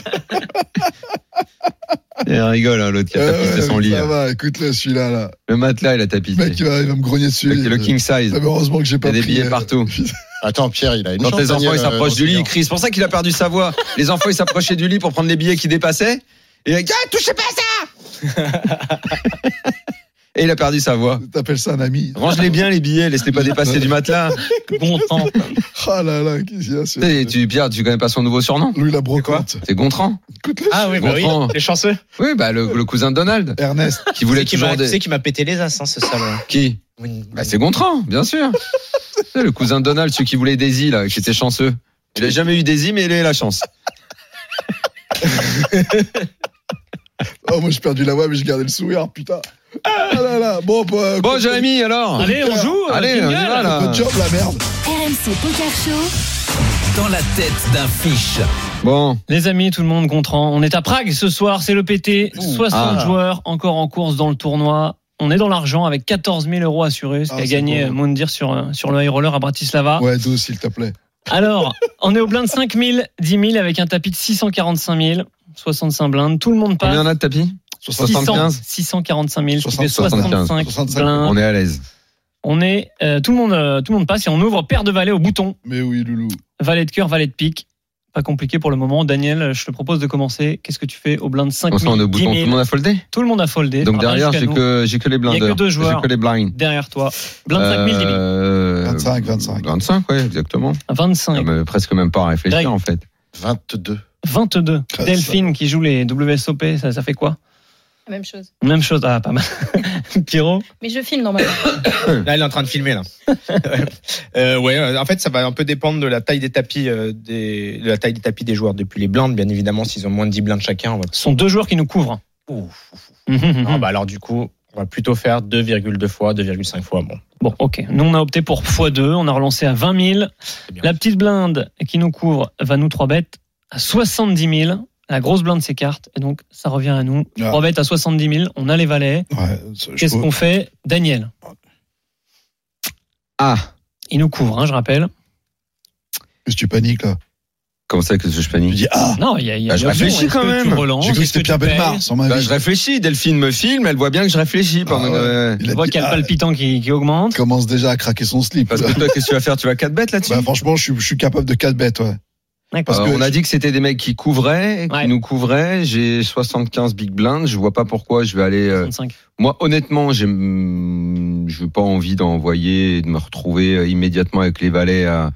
Il rigole, hein, l'autre qui a euh, tapissé ouais, son lit. Ça là. va, écoute-le, celui-là, là. Le matelas, il a tapissé. Le mec, il va, il va me grogner dessus. Le, le king size. Ah, mais heureusement que j'ai pas il y a des pris, billets euh... partout. Attends, Pierre, il a une Quand chance. les enfants, Daniel, ils s'approchent euh, du lit, ils crient. C'est pour ça qu'il a perdu sa voix. Les enfants, ils s'approchaient du lit pour prendre les billets qui dépassaient. Et il a dit, ah, touchez pas à ça! Et il a perdu sa voix. T'appelles ça un ami. Range-les bien, les billets, laisse-les pas dépasser du matelas. Gontran. Ah là là, qu'est-ce qu'il y a sur... Tu, Pierre, tu connais pas son nouveau surnom? Louis la brocante. C'est Gontran. Ah oui, bah oui, les chanceux. Oui, bah le, le cousin de Donald. Ernest. Qui voulait qui toujours m'a, des... Tu sais qui m'a pété les as, hein, ce salaud. Qui? Oui. Bah c'est Gontran, bien sûr. C'est le cousin de Donald, celui qui voulait Daisy, là, qui était chanceux. Il a jamais eu Daisy, mais il a eu la chance. Oh, moi j'ai perdu la voix, mais j'ai gardé le sourire, putain. Ah là là. Bon, bah, bon Jérémy, alors. Allez, on joue. Allez, on y va là. Good job, la merde. R M C Poker Show. Dans la tête d'un fiche. Bon. Les amis, tout le monde, Gontran. On est à Prague ce soir, c'est le P T. Ouh. soixante Ah. joueurs encore en course dans le tournoi. On est dans l'argent avec quatorze mille euros assurés, ce Ah, qu'a c'est gagné cool. Moundir sur, sur le high roller à Bratislava. Ouais, douze, s'il te plaît. Alors, on est au blind cinq mille, dix mille avec un tapis de six cent quarante-cinq mille, soixante-cinq blindes. Tout le monde passe. Combien on a de tapis? soixante-quinze six cent quarante-cinq mille, ce qui fait soixante-quinze. soixante-cinq blindes. On est à l'aise. On est, euh, tout le monde, euh, tout le monde passe et on ouvre paire de valets au bouton. Mais oui, Loulou. Valet de cœur, valet de pique. Pas compliqué pour le moment. Daniel, je te propose de commencer. Qu'est-ce que tu fais au blind cinq On mille, sent le dix bouton. mille? Tout le monde a foldé? Tout le monde a foldé. Donc Ça va derrière, jusqu'à j'ai nous. que, j'ai que les blinders. Il y a que deux joueurs. J'ai que les blinds. Derrière toi. Blind cinq mille, dix mille. Euh, vingt-cinq, vingt-cinq. vingt-cinq, ouais, exactement. vingt-cinq. Ah, mais presque même pas à réfléchir, Greg. en fait. vingt-deux. vingt-deux. Ah, Delphine qui joue les W S O P, ça, ça fait quoi? La même chose. Même chose. Ah, pas mal. Pierrot? Mais je filme normalement. Là, il est en train de filmer là. euh, ouais, en fait, ça va un peu dépendre de la taille des tapis, euh, des, de la taille des tapis des joueurs. Depuis les blindes, bien évidemment, s'ils ont moins de dix blindes chacun, on va. Ce sont deux joueurs qui nous couvrent. Ah, bah alors du coup, on va plutôt faire deux virgule deux fois, deux virgule cinq fois. Bon. Bon, ok. Nous, on a opté pour fois deux. On a relancé à vingt mille. bien. La petite blinde qui nous couvre va nous trois bêtes à soixante-dix mille. La grosse blinde s'écarte. Et donc, ça revient à nous. Ah. trois bêtes à soixante-dix mille. On a les valets. Ouais, ça, je Qu'est-ce peux- qu'on fait? Daniel. Ah. Il nous couvre, hein, je rappelle. Qu'est-ce que tu paniques là? Comment ça que je Tu panique? dis ah. Non, il y a, il y a Bah, je l'option. réfléchis Est-ce quand que même. tu relances? J'ai cru que Est-ce c'était Pierre tu payes? Bellemare, sans ma Bah, vie. je réfléchis. Delphine me filme. Elle voit bien que je réfléchis. Pendant Ah ouais. euh, Il Je a vois dit, qu'il y a le ah, palpitant qui, qui augmente. il commence déjà à craquer son slip. Parce que toi, qu'est-ce que tu vas faire? Tu vas quatre bêtes là-dessus? Bah, franchement, je suis, je suis capable de quatre bêtes, ouais. D'accord. Parce Euh, que on a dit que c'était des mecs qui couvraient, qui Ouais. nous couvraient. J'ai soixante-quinze big blinds. Je vois pas pourquoi je vais aller. euh, soixante-cinq. Moi, honnêtement, j'ai, je n'ai pas envie d'envoyer et de me retrouver euh, immédiatement avec les valets à,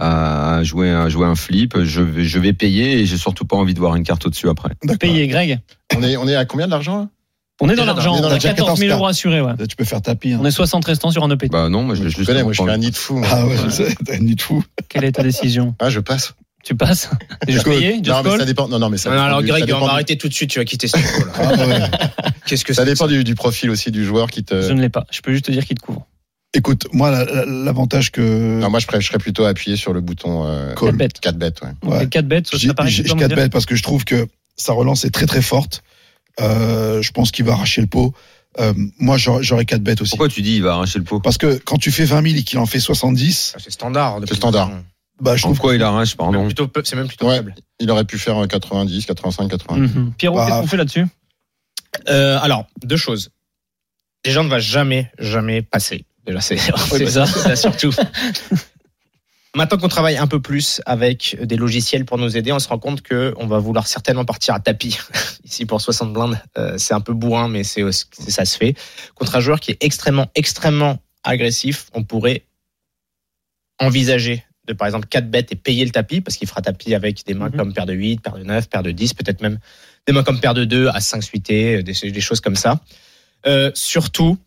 à jouer, à jouer un flip. Je vais, je vais payer et j'ai surtout pas envie de voir une carte au-dessus après. D'accord. Payé, Greg. On est, on est à combien de l'argent là? On est dans Déjà, l'argent. on est dans On a la quatorze mille quatorze euros assurés, ouais. Là, tu peux faire tapis. Hein. On est soixante restants sur un E P T. Bah non, moi je vais Je juste. connais, moi je suis un nid de fou. moi. Ah ouais, je sais, t'as une nuit de fou. Quelle est ta décision? Ah, je passe. Tu passes? T'es juste Call. payé? Just Non, mais call? ça dépend. Non, non, mais ça Non, dépend alors du- Greg, ça on dépend va du- arrêter tout de suite. Tu vas quitter ce studio là. Ah ouais. Qu'est-ce que Ça c'est dépend du, du profil aussi du joueur qui te. Je ne l'ai pas. Je peux juste te dire qu'il te couvre. Écoute, moi, la- la- l'avantage que. Non, moi je serais, je serais plutôt appuyé sur le bouton euh, Call. quatre bêtes. quatre bêtes. Ouais. Ouais. Les quatre bêtes, J'ai ça paraît j'ai- que tu j'ai peux me quatre dire. bêtes parce que je trouve que sa relance est très très forte. Euh, je pense qu'il va arracher le pot. Euh, moi, j'aurais j'aurais quatre bêtes aussi. Pourquoi tu dis il va arracher le pot? Parce que quand tu fais vingt mille et qu'il en fait soixante-dix, C'est standard. C'est standard. bah, je trouve Pourquoi il arrache, C'est pardon? plutôt peu- c'est même plutôt Ouais. faible. Il aurait pu faire un quatre-vingt-dix, quatre-vingt-cinq, quatre-vingt-dix. Mhm. Pierrot, Bah, qu'est-ce qu'on fait là-dessus? Euh, alors, deux choses. Déjà, on ne va jamais, jamais passer. Déjà, c'est c'est bah, ça, ça surtout. Maintenant qu'on travaille un peu plus avec des logiciels pour nous aider, on se rend compte que on va vouloir certainement partir à tapis. Ici, pour soixante blindes, euh, c'est un peu bourrin, mais c'est c'est- ça se fait. Contre un joueur qui est extrêmement, extrêmement agressif, on pourrait envisager de, par exemple, quatre bêtes et payer le tapis, parce qu'il fera tapis avec des mains Mhm. comme paire de huit, paire de neuf, paire de dix, peut-être même des mains comme paire de deux, à cinq suité, des, des choses comme ça. Euh, surtout,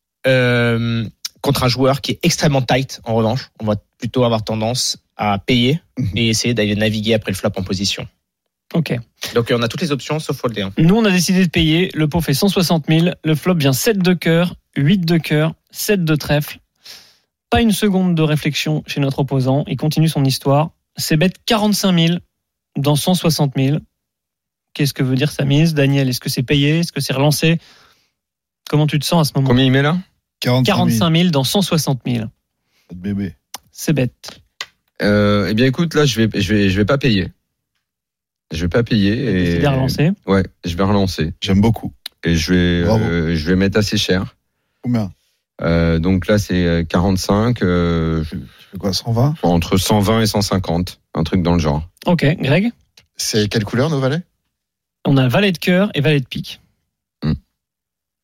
euh, contre un joueur qui est extrêmement tight, en revanche, on va plutôt avoir tendance à payer et essayer d'aller naviguer après le flop en position. Ok. Donc, on a toutes les options sauf folder. hein. Nous, on a décidé de payer. Le pot fait cent soixante mille. Le flop vient sept de cœur, huit de cœur, sept de trèfle. Pas une seconde de réflexion chez notre opposant. Il continue son histoire. C'est bête quarante-cinq mille dans cent soixante mille. Qu'est-ce que veut dire sa mise? Daniel, est-ce que c'est payé? Est-ce que c'est relancé? Comment tu te sens à ce moment? Combien il met là? quarante-cinq mille dans cent soixante mille. Bébé. C'est bête. Euh, eh bien, écoute, là, je vais, je vais, je vais pas payer. Je vais pas payer. Et... Décidé à relancer. Ouais, je vais relancer. J'aime beaucoup. Et je vais, Bravo. euh, je vais mettre assez cher. Combien? Euh, donc là, c'est quarante-cinq, euh, Tu fais quoi, cent vingt? entre cent vingt et cent cinquante. Un truc dans le genre. Ok, Greg. C'est quelle couleur nos valets? On a valet de cœur et valet de pique.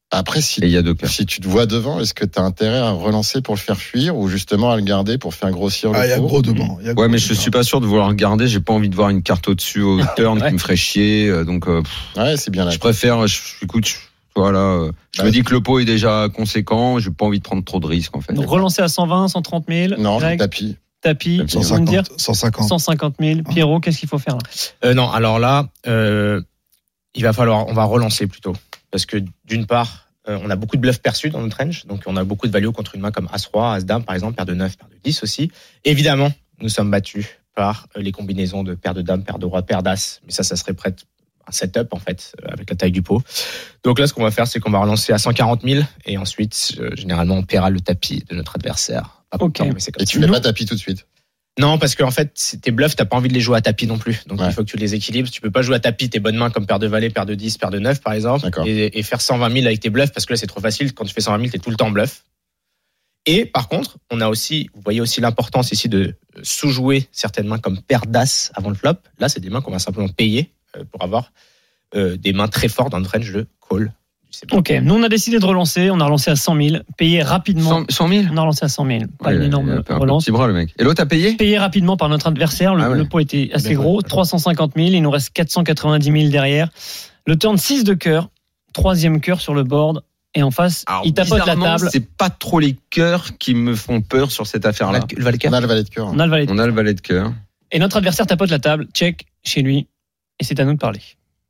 Après, si, et il y a deux cœurs. Si tu te vois devant, est-ce que tu as intérêt à relancer pour le faire fuir ou justement à le garder pour faire grossir le Ah, il y a pot gros devant. Ouais, mais je suis pas sûr de vouloir le garder. J'ai pas envie de voir une carte au-dessus au turn Ouais. qui me ferait chier. Donc, euh, Ouais, c'est bien là. je préfère. Je, écoute, je, voilà. euh, Je Ouais. me dis que le pot est déjà conséquent. J'ai pas envie de prendre trop de risques en fait. Donc relancer à cent vingt, cent trente mille. Non, Greg, tapis. tapis, Tapis, on va me dire cent cinquante. cent cinquante mille. Pierrot, qu'est-ce qu'il faut faire là? Euh, non, alors là, euh, il va falloir, on va relancer plutôt. Parce que d'une part, euh, on a beaucoup de bluffs perçus dans notre range. Donc on a beaucoup de value contre une main comme As-Roi, As-Dame par exemple, paire de neuf, paire de dix aussi. Évidemment, nous sommes battus par les combinaisons de paire de Dame, paire de Roi, paire d'As. Mais ça, ça serait prêt un setup en fait, avec la taille du pot. Donc là, ce qu'on va faire, c'est qu'on va relancer à cent quarante mille. Et ensuite, euh, généralement, on paiera le tapis de notre adversaire. Pas Ok. pourtant, mais c'est comme Et ça. tu fais pas tapis tout de suite. Non, parce qu'en fait, c'est tes bluffs, t'as pas envie de les jouer à tapis non plus. Donc, Ouais. il faut que tu les équilibres. Tu peux pas jouer à tapis tes bonnes mains comme paire de valet, paire de dix, paire de neuf, par exemple. D'accord. Et, et faire cent vingt mille avec tes bluffs, parce que là, c'est trop facile. Quand tu fais cent vingt mille, t'es tout le temps en bluff. Et par contre, on a aussi, vous voyez aussi l'importance ici de sous-jouer certaines mains comme paire d'as avant le flop. Là, c'est des mains qu'on va simplement payer euh, pour avoir euh, des mains très fortes dans notre range de call. Ok, nous on a décidé de relancer, on a relancé à cent mille, payer rapidement. cent mille On a relancé à cent mille, pas Ouais, une il énorme a fait un relance. petit bras le mec. Et l'autre a payé Payé rapidement par notre adversaire, le, Ah ouais. le pot était assez Bien gros, joué. trois cent cinquante mille, il nous reste quatre cent quatre-vingt-dix mille derrière. Le turn six de cœur, troisième cœur sur le board, et en face, Alors, il tapote la bizarrement, table. C'est pas trop les cœurs qui me font peur sur cette affaire-là. Le valet On a le valet de cœur. On a le valet. On a le valet de cœur. Et notre adversaire tapote la table, check chez lui, et c'est à nous de parler.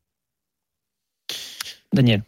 Daniel.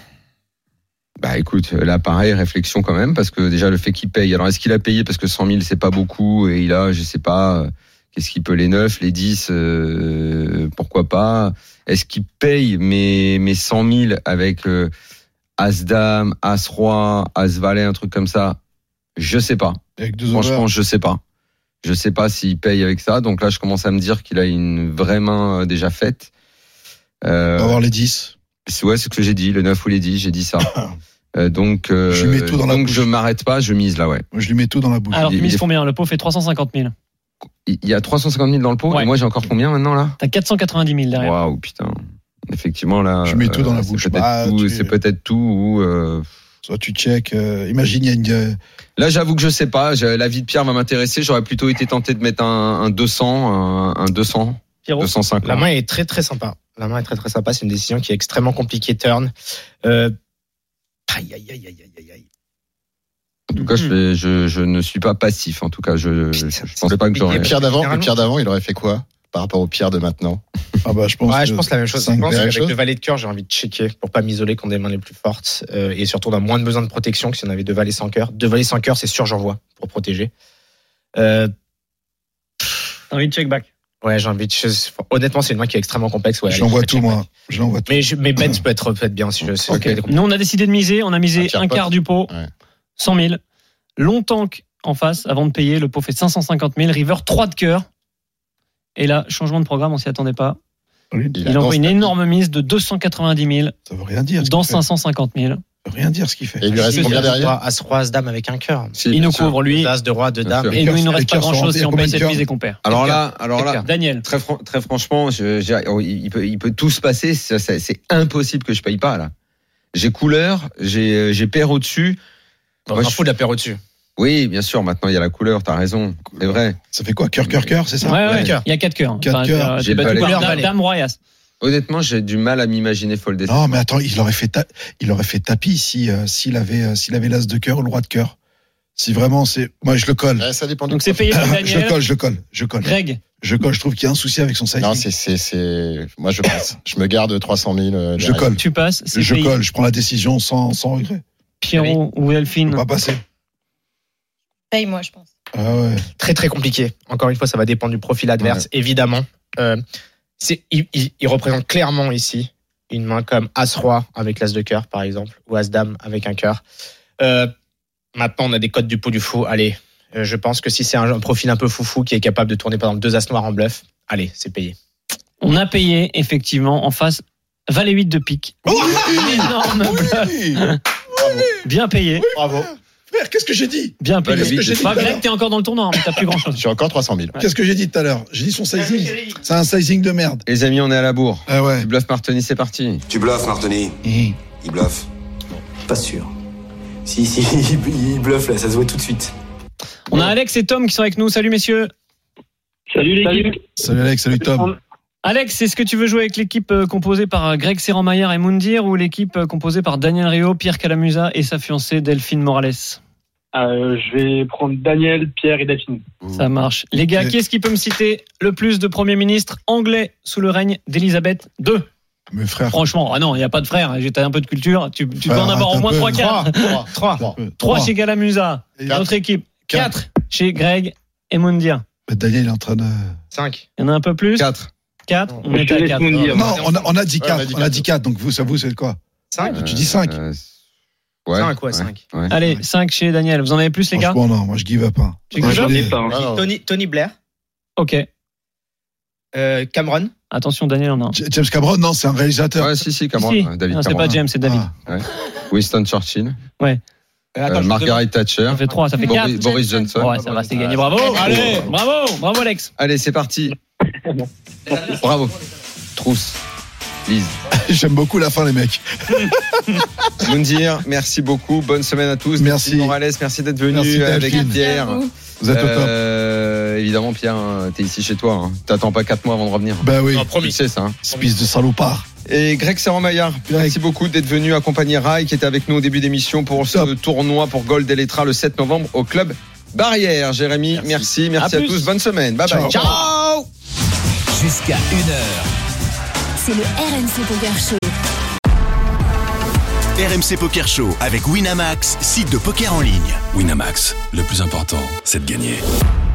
Bah écoute, là pareil, réflexion quand même, parce que déjà le fait qu'il paye. Alors est-ce qu'il a payé parce que cent mille c'est pas beaucoup et il a, je sais pas, euh, qu'est-ce qu'il peut, les neuf, les dix, euh, pourquoi pas. Est-ce qu'il paye mes, mes cent mille avec euh, As-Dame, As-Roi, As-Valet, un truc comme ça? Je sais pas. Avec deux Franchement, overs. je sais pas. Je sais pas s'il paye avec ça. Donc là, je commence à me dire qu'il a une vraie main euh, déjà faite. Euh, On va avoir les dix. c'est- ouais, c'est ce que j'ai dit, le neuf ou les dix, j'ai dit ça. Euh, donc, euh, Je lui mets tout dans la donc bouche. je m'arrête pas, je mise là, ouais. Moi, je lui mets tout dans la bouche. Alors, il- tu mises il est- combien? Le pot fait trois cent cinquante mille. Il y a trois cent cinquante mille dans le pot, Ouais. et moi j'ai encore combien maintenant là? T'as quatre cent quatre-vingt-dix mille derrière. Waouh, putain. Effectivement là. Je mets tout dans la c'est bouche. peut-être Bah, tout, tu- c'est peut-être tout ou. Euh... Soit tu check. euh, imagine, il y a une. euh, Là, j'avoue que je sais pas. j'ai- La vie de Pierre va m'intéresser. J'aurais plutôt été tenté de mettre un, un deux cents, un, un deux cents, Pierrot. deux cent cinquante. La main est très très sympa. La main est très très sympa. C'est une décision qui est extrêmement compliquée. Turn. Euh... Aïe aïe aïe aïe aïe aïe. En tout cas, je, vais- je, je ne suis pas passif. En tout cas, je, je, je pense pas que j'aurais. Le Pierre d'avant, le Généralement. Pierre d'avant, il aurait fait quoi par rapport au Pierre de maintenant? Ah bah, je pense. Ouais, que je pense la même chose. Je cinq pense verres. qu'avec le valet de cœur, j'ai envie de checker pour pas m'isoler contre des mains les plus fortes. Euh, et surtout, on a moins de besoin de protection que si on avait deux valets sans cœur. Deux valets sans cœur, c'est sûr, j'envoie pour protéger. Euh, T'as envie de check back. ouais, j'ai envie de. je- Honnêtement, c'est une main qui est extrêmement complexe. Ouais, Je allez, l'envoie check tout, back. moi. Je l'envoie tout. Mais je, mes bets peut être, peut être bien si je sais. Ok. Nous, on a décidé de miser. On a misé Un tiers un pot. quart du pot, Ouais. cent mille. Longtemps en face, avant de payer. Le pot fait cinq cent cinquante mille. River, trois de cœur. Et là, changement de programme, on s'y attendait pas. Oui, Il Il a envoie une constaté. énorme mise de deux cent quatre-vingt-dix mille Ça veut rien dire. ce dans qu'il fait. cinq cent cinquante mille. Ça veut rien dire ce qu'il fait. Et il lui reste Je combien sais. derrière? As roi, as dame avec un cœur. Si, Il bien nous sûr. couvre, lui. As de roi, de Bien dame. sûr. Et nous, il nous Les reste pas cœurs sont grand chose rentrés. si on Combien paye de cette cœurs mise et qu'on perd. Alors Quel là, alors Quel là, cœur Daniel. très, fran- très franchement, je, j'ai- il, il, peut, il peut tout se passer. C'est, c'est- c'est impossible que je paye pas là. J'ai couleur, j'ai, j'ai paire au-dessus. On Moi, s'en je- fout de la paire au-dessus. Oui, bien sûr. Maintenant, il y a la couleur. T'as raison. C'est vrai. Ça fait quoi? Cœur, cœur, cœur, c'est ça? Ouais, ouais, cœur. il y a quatre cœurs. Quatre cœurs. euh, J'ai t'es le battu valet. par Couleur dame, valet. dame, roi, as. Honnêtement, j'ai du mal à m'imaginer folder. Non, mais attends, il aurait fait, ta- il aurait fait tapis si, euh, s'il avait, euh, s'il avait l'as de cœur ou le roi de cœur. Si vraiment c'est, moi je le colle. Ouais, ça dépend du Donc c'est payé par je le Daniel. colle, je le colle, je colle. Greg. Je colle. Je trouve qu'il y a un souci avec son sizing. Non, c'est, c'est, c'est, moi je passe. Je me garde trois cent mille. euh, Je derrière. colle. Tu passes. C'est Je payé. colle. Je prends la décision sans, sans regret. Pierrot ou Je Delphine. peux pas passer. Paye, moi, je pense. Ah ouais. Très très compliqué. Encore une fois, ça va dépendre du profil adverse, évidemment. Euh, c'est, il, il, il représente clairement ici une main comme As-Roi avec l'As de cœur, par exemple, ou As-Dame avec un cœur. Euh, maintenant, on a des codes du pot du fou. Allez, euh, je pense que si c'est un, un profil un peu foufou qui est capable de tourner, par exemple, deux As noirs en bluff, allez, c'est payé. On a payé, effectivement, en face, valet huit de pique. Une énorme bluff. Oui. Bien payé. Bravo. Frère, qu'est-ce que j'ai dit? Bien payé. Valet huit de pique. Bah, Greg, t'es encore dans le tournoi, mais t'as plus grand chose. Je suis encore trois cent mille. Qu'est-ce que j'ai dit tout à l'heure? J'ai dit son sizing. C'est un sizing de merde. Les amis, on est à la bourre. Ah ouais. Du bluff Martoni, c'est parti. Tu bluffes, Martoni. Mmh. Il bluffe. Pas sûr. Si, si, il bluffe là, ça se voit tout de suite. On a Alex et Tom qui sont avec nous. Salut messieurs. Salut l'équipe. Salut Alex, salut Tom. Alex, est-ce que tu veux jouer avec l'équipe composée par Greg Serramayer et Moundir ou l'équipe composée par Daniel Rio, Pierre Calamusa et sa fiancée Delphine Morales? euh, Je vais prendre Daniel, Pierre et Delphine. Ça marche. Les gars, qui est-ce qui peut me citer le plus de premiers ministres anglais sous le règne d'Elisabeth deux? Mes frères. Franchement, ah non, il n'y a pas de frères. J'ai un peu de culture. Tu, tu dois en avoir au moins trois quatre. trois chez Calamusa. Notre équipe. quatre chez Greg et Moundir. Daniel il est en train de... cinq. Il y en a un peu plus. quatre. quatre. On est à quatre. Non, on a, on a dit quatre. On a dit quatre. Donc vous, ça vous, c'est quoi? cinq. Tu dis cinq. Euh, ouais. cinq, ouais, cinq. Ouais. Allez, cinq chez Daniel. Vous en avez plus, les gars? Franchement, non, moi je give up. Hein. Tu moi, give j'en up ai pas. Hein. Tony, Tony Blair. Ok. Euh, Cameron. Attention, Daniel, on a un. James Cameron, non, c'est un réalisateur. Ouais, si, si, Cameron. Si. David Non, c'est Cameron. pas James, c'est David. Ah. Ouais. Winston Churchill. Ouais. Euh, attends, Euh, je Margaret Thatcher. Ça fait trois, ça fait quatre. Boris, Boris Johnson. Ouais, ça va, c'est gagné. Bravo. Allez, bravo, bravo, Alex. Allez, c'est parti. Bravo. Trousse. Lise. J'aime beaucoup la fin, les mecs. Moundir, merci beaucoup. Bonne semaine à tous. Merci. Delphine Morales, merci d'être venu Merci, avec Delphine. Pierre. Merci à vous. Vous êtes au top. Euh, évidemment, Pierre, hein, t'es ici chez toi. Hein. T'attends pas quatre mois avant de revenir. Ben oui. Tu sais ça. Hein. Espèce de salopard. Et Greg Serramayer, merci beaucoup d'être venu accompagner Rai qui était avec nous au début d'émission pour ce Top. tournoi pour Gold Elettra le sept novembre au club Barrière. Jérémy, merci, merci, À à, plus. tous. Bonne semaine. Bye Ciao. bye. Ciao. Jusqu'à une heure. C'est le R M C Poker Show. R M C Poker Show avec Winamax, site de poker en ligne. Winamax, le plus important, c'est de gagner.